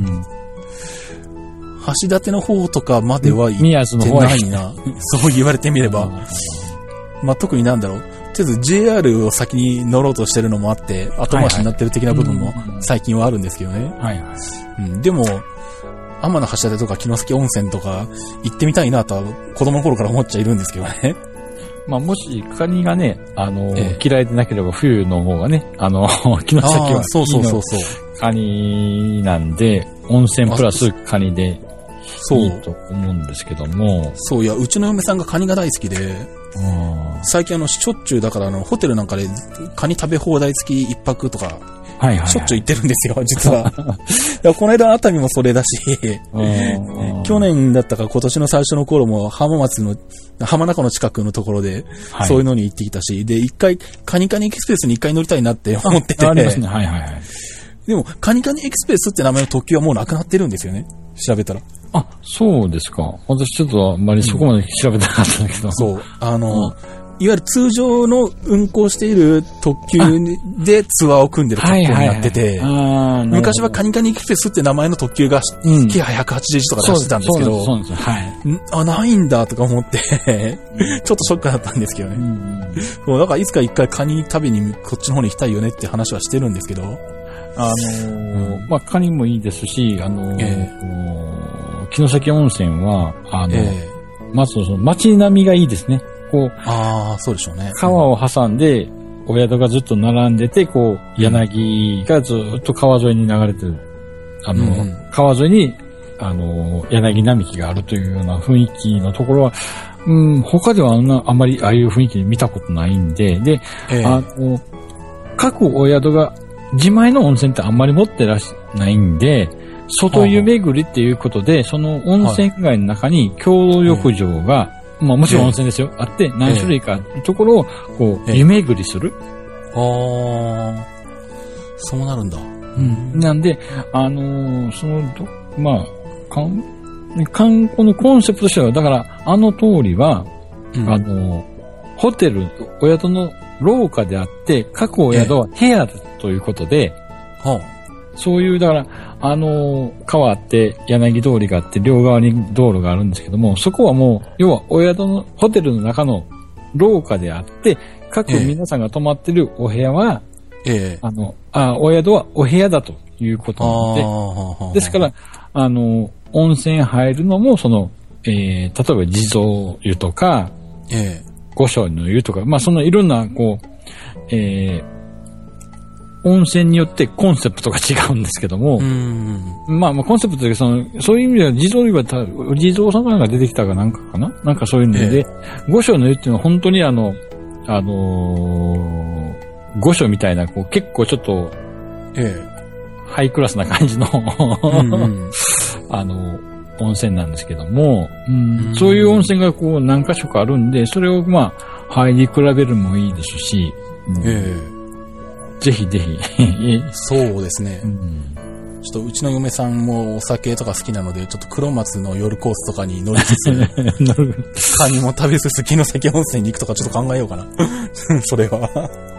橋立の方とかまでは行ってないな。そう言われてみれば。まあ、特になんだろう。とりあえず JR を先に乗ろうとしてるのもあって、後回しになってる的な部分も最近はあるんですけどね。でも、天橋立とか城崎温泉とか行ってみたいなとは子供の頃から思っちゃいるんですけどね。 まあ、もし、カニがね、嫌いでなければ冬の方がね、城崎はカニなんで、温泉プラスカニで、いいと思うんですけども。 そう、いや、うちの嫁さんがカニが大好きで、最近しょっちゅうだからホテルなんかでカニ食べ放題付き一泊とか、しょっちゅう行ってるんですよ、実は。この間熱海もそれだし、去年だったか今年の最初の頃も浜中の近くのところで、そういうのに行ってきたし、で、カニエクスプレスに一回乗りたいなって思ってて、 ありますね、 でも、カニカニエクスプレスって名前の特急はもうなくなってるんですよね。調べたら。 あ、そうですか。私ちょっとあんまりそこまで調べてなかったんだけど。 そう。いわゆる通常の運行している特急でツアーを組んでる特急になってて、昔はカニカニエクスプレスって名前の特急が、キハ181とかで走ってたんですけど、 そうです。はい。 ないんだとか思って、ちょっとショックだったんですけどね。そう、だからいつか一回カニ食べにこっちの方に行きたいよねって話はしてるんですけど、 まあ、カニもいいですし、城崎温泉は、まずその街並みがいいですね。こう、 そうでしょうね。 川を挟んで、お宿がずっと並んでて、こう、柳がずっと川沿いに流れてる。川沿いに、柳並木があるというような雰囲気のところは、他ではあまりああいう雰囲気見たことないんで、で、各お宿が自前の温泉ってあんまり持ってらっしゃないんで、外湯巡りっていうことで、その温泉街の中に共同浴場が、まあもちろん温泉ですよ。あって、何種類かところを、こう、湯巡りする。 そうなるんだ。 なんで、まあ、観光のコンセプトとしては、だから、通りは、ホテル、お宿の廊下であって、各お宿は部屋ということで、そういう、だから、川あって、柳通りがあって、両側に道路があるんですけども、そこはもう、要はお宿の、ホテルの中の廊下であって、各皆さんが泊まってるお部屋は、お宿はお部屋だということなので、ですから、温泉入るのも、例えば地蔵湯とか、御所の湯とか、まあ、そのいろんな、こう、温泉によってコンセプトが違うんですけども、まあ、コンセプトでそういう意味では地蔵湯は地蔵様が出てきたかなんかかな、なんかそういうので、御所の湯っていうのは本当に御所みたいな、こう結構ちょっと、ハイクラスな感じの温泉なんですけども、そういう温泉がこう何箇所かあるんで、それをまあ、入り比べるもいいですし、ぜひぜひ。 そうですね。ちょっとうちの嫁さんもお酒とか好きなので、ちょっと黒松の夜コースとかに乗りつつ、カニも食べつつ、城崎温泉に行くとかちょっと考えようかな。それは。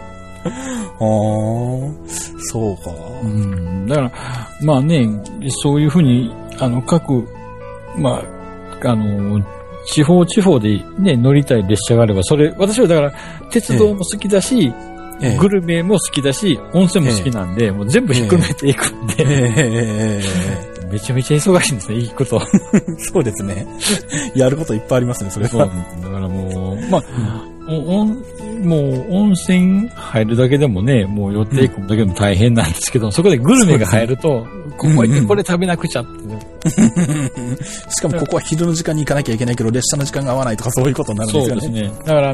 そうか。 だから、まあね、そういうふうに、まあ、地方でね、乗りたい列車があれば、私はだから、鉄道も好きだし、グルメも好きだし、温泉も好きなんで、もう全部ひっくるめていくんで、めちゃめちゃ忙しいんですね、いいこと。 そうですね。やることいっぱいありますね、それは。 だからもう、まあ、もう温泉入るだけでもね、もう寄っていくだけでも大変なんですけど、そこでグルメが入ると、ここ行ってこれ食べなくちゃって。 しかもここは昼の時間に行かなきゃいけないけど、列車の時間が合わないとかそういうことになるんですよね。 そうですね。だから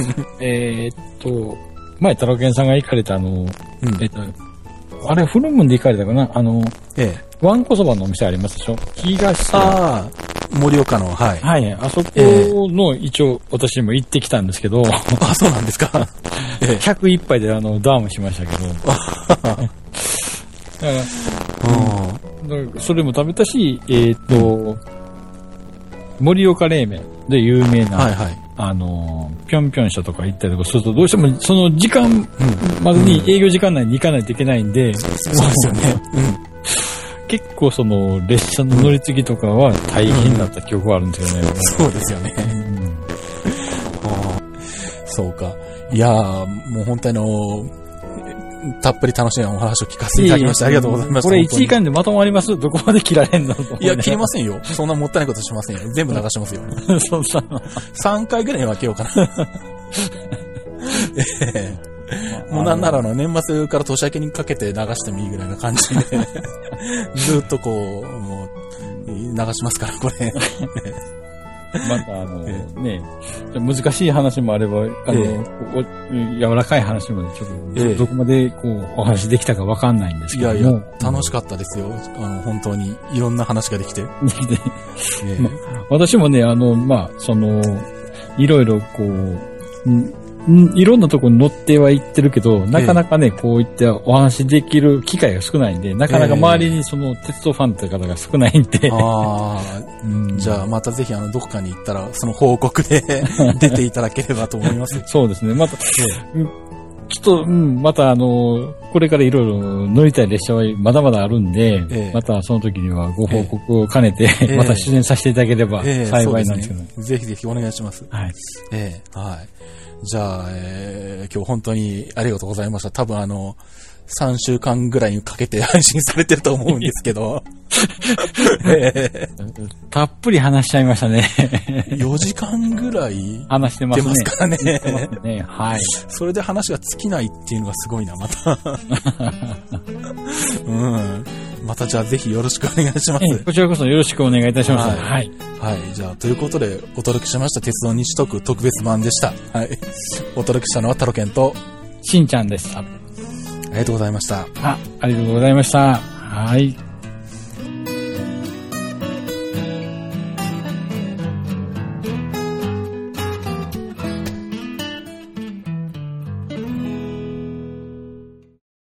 前、太郎健さんが行かれたあれ、フルムンで行かれたかなわんこそばのお店ありますでしょ、東盛岡の、はい。 はい、あそこの一応私も行ってきたんですけど。 そうなんですか。 100一杯でダウンしましたけど。それも食べたし、盛岡冷麺で有名な、ぴょんぴょんしたとか行ったりとかすると、どうしてもその時間までに営業時間内に行かないといけないんで、 そうですよね。 結構その列車の乗り継ぎとかは大変だった記憶があるんですよね。 そうですよね。そうか。いやー、もう本当にたっぷり楽しいお話を聞かせていただきましてありがとうございました。 これ1時間でまとまります？どこまで切られんの？ いや、切りませんよ。そんなもったいないことしませんよ。全部流しますよ。 そんな 3回ぐらいに分けようかな。もうなんなら年末から年明けにかけて流してもいいぐらいな感じで、ずっとこう、もう、流しますから、これ。 またね、難しい話もあれば、柔らかい話もちょっと、どこまでこう、お話できたかわかんないんですけども。いやいや、 楽しかったですよ。本当に、いろんな話ができて。 私もね、まあ、いろいろこう、 いろんなとこに乗ってはいってるけど、なかなかね、こういったお話できる機会が少ないんで、なかなか周りにその鉄道ファンって方が少ないんで。 じゃあまたぜひどこかに行ったら、その報告で出ていただければと思います。 そうですね。また、ちょっと、またこれからいろいろ乗りたい列車はまだまだあるんで、またその時にはご報告を兼ねて、また出演させていただければ幸いなんですけど、ね。 ぜひぜひお願いします。 はい。 はい。じゃあ、今日本当にありがとうございました。多分3週間ぐらいにかけて配信されてると思うんですけど。 たっぷり話しちゃいましたね。 4時間ぐらい話してますね。 出ますからね。はい。 それで話が尽きないっていうのがすごいな、また。またじゃあぜひよろしくお願いします。 こちらこそよろしくお願いいたします。 はい。はい。じゃあ、ということで、お届けしました鉄道西特特別版でした。はい。お届けしたのはタロケンと、 しんちゃんでした。 ありがとうございました。 ありがとうございました。はい。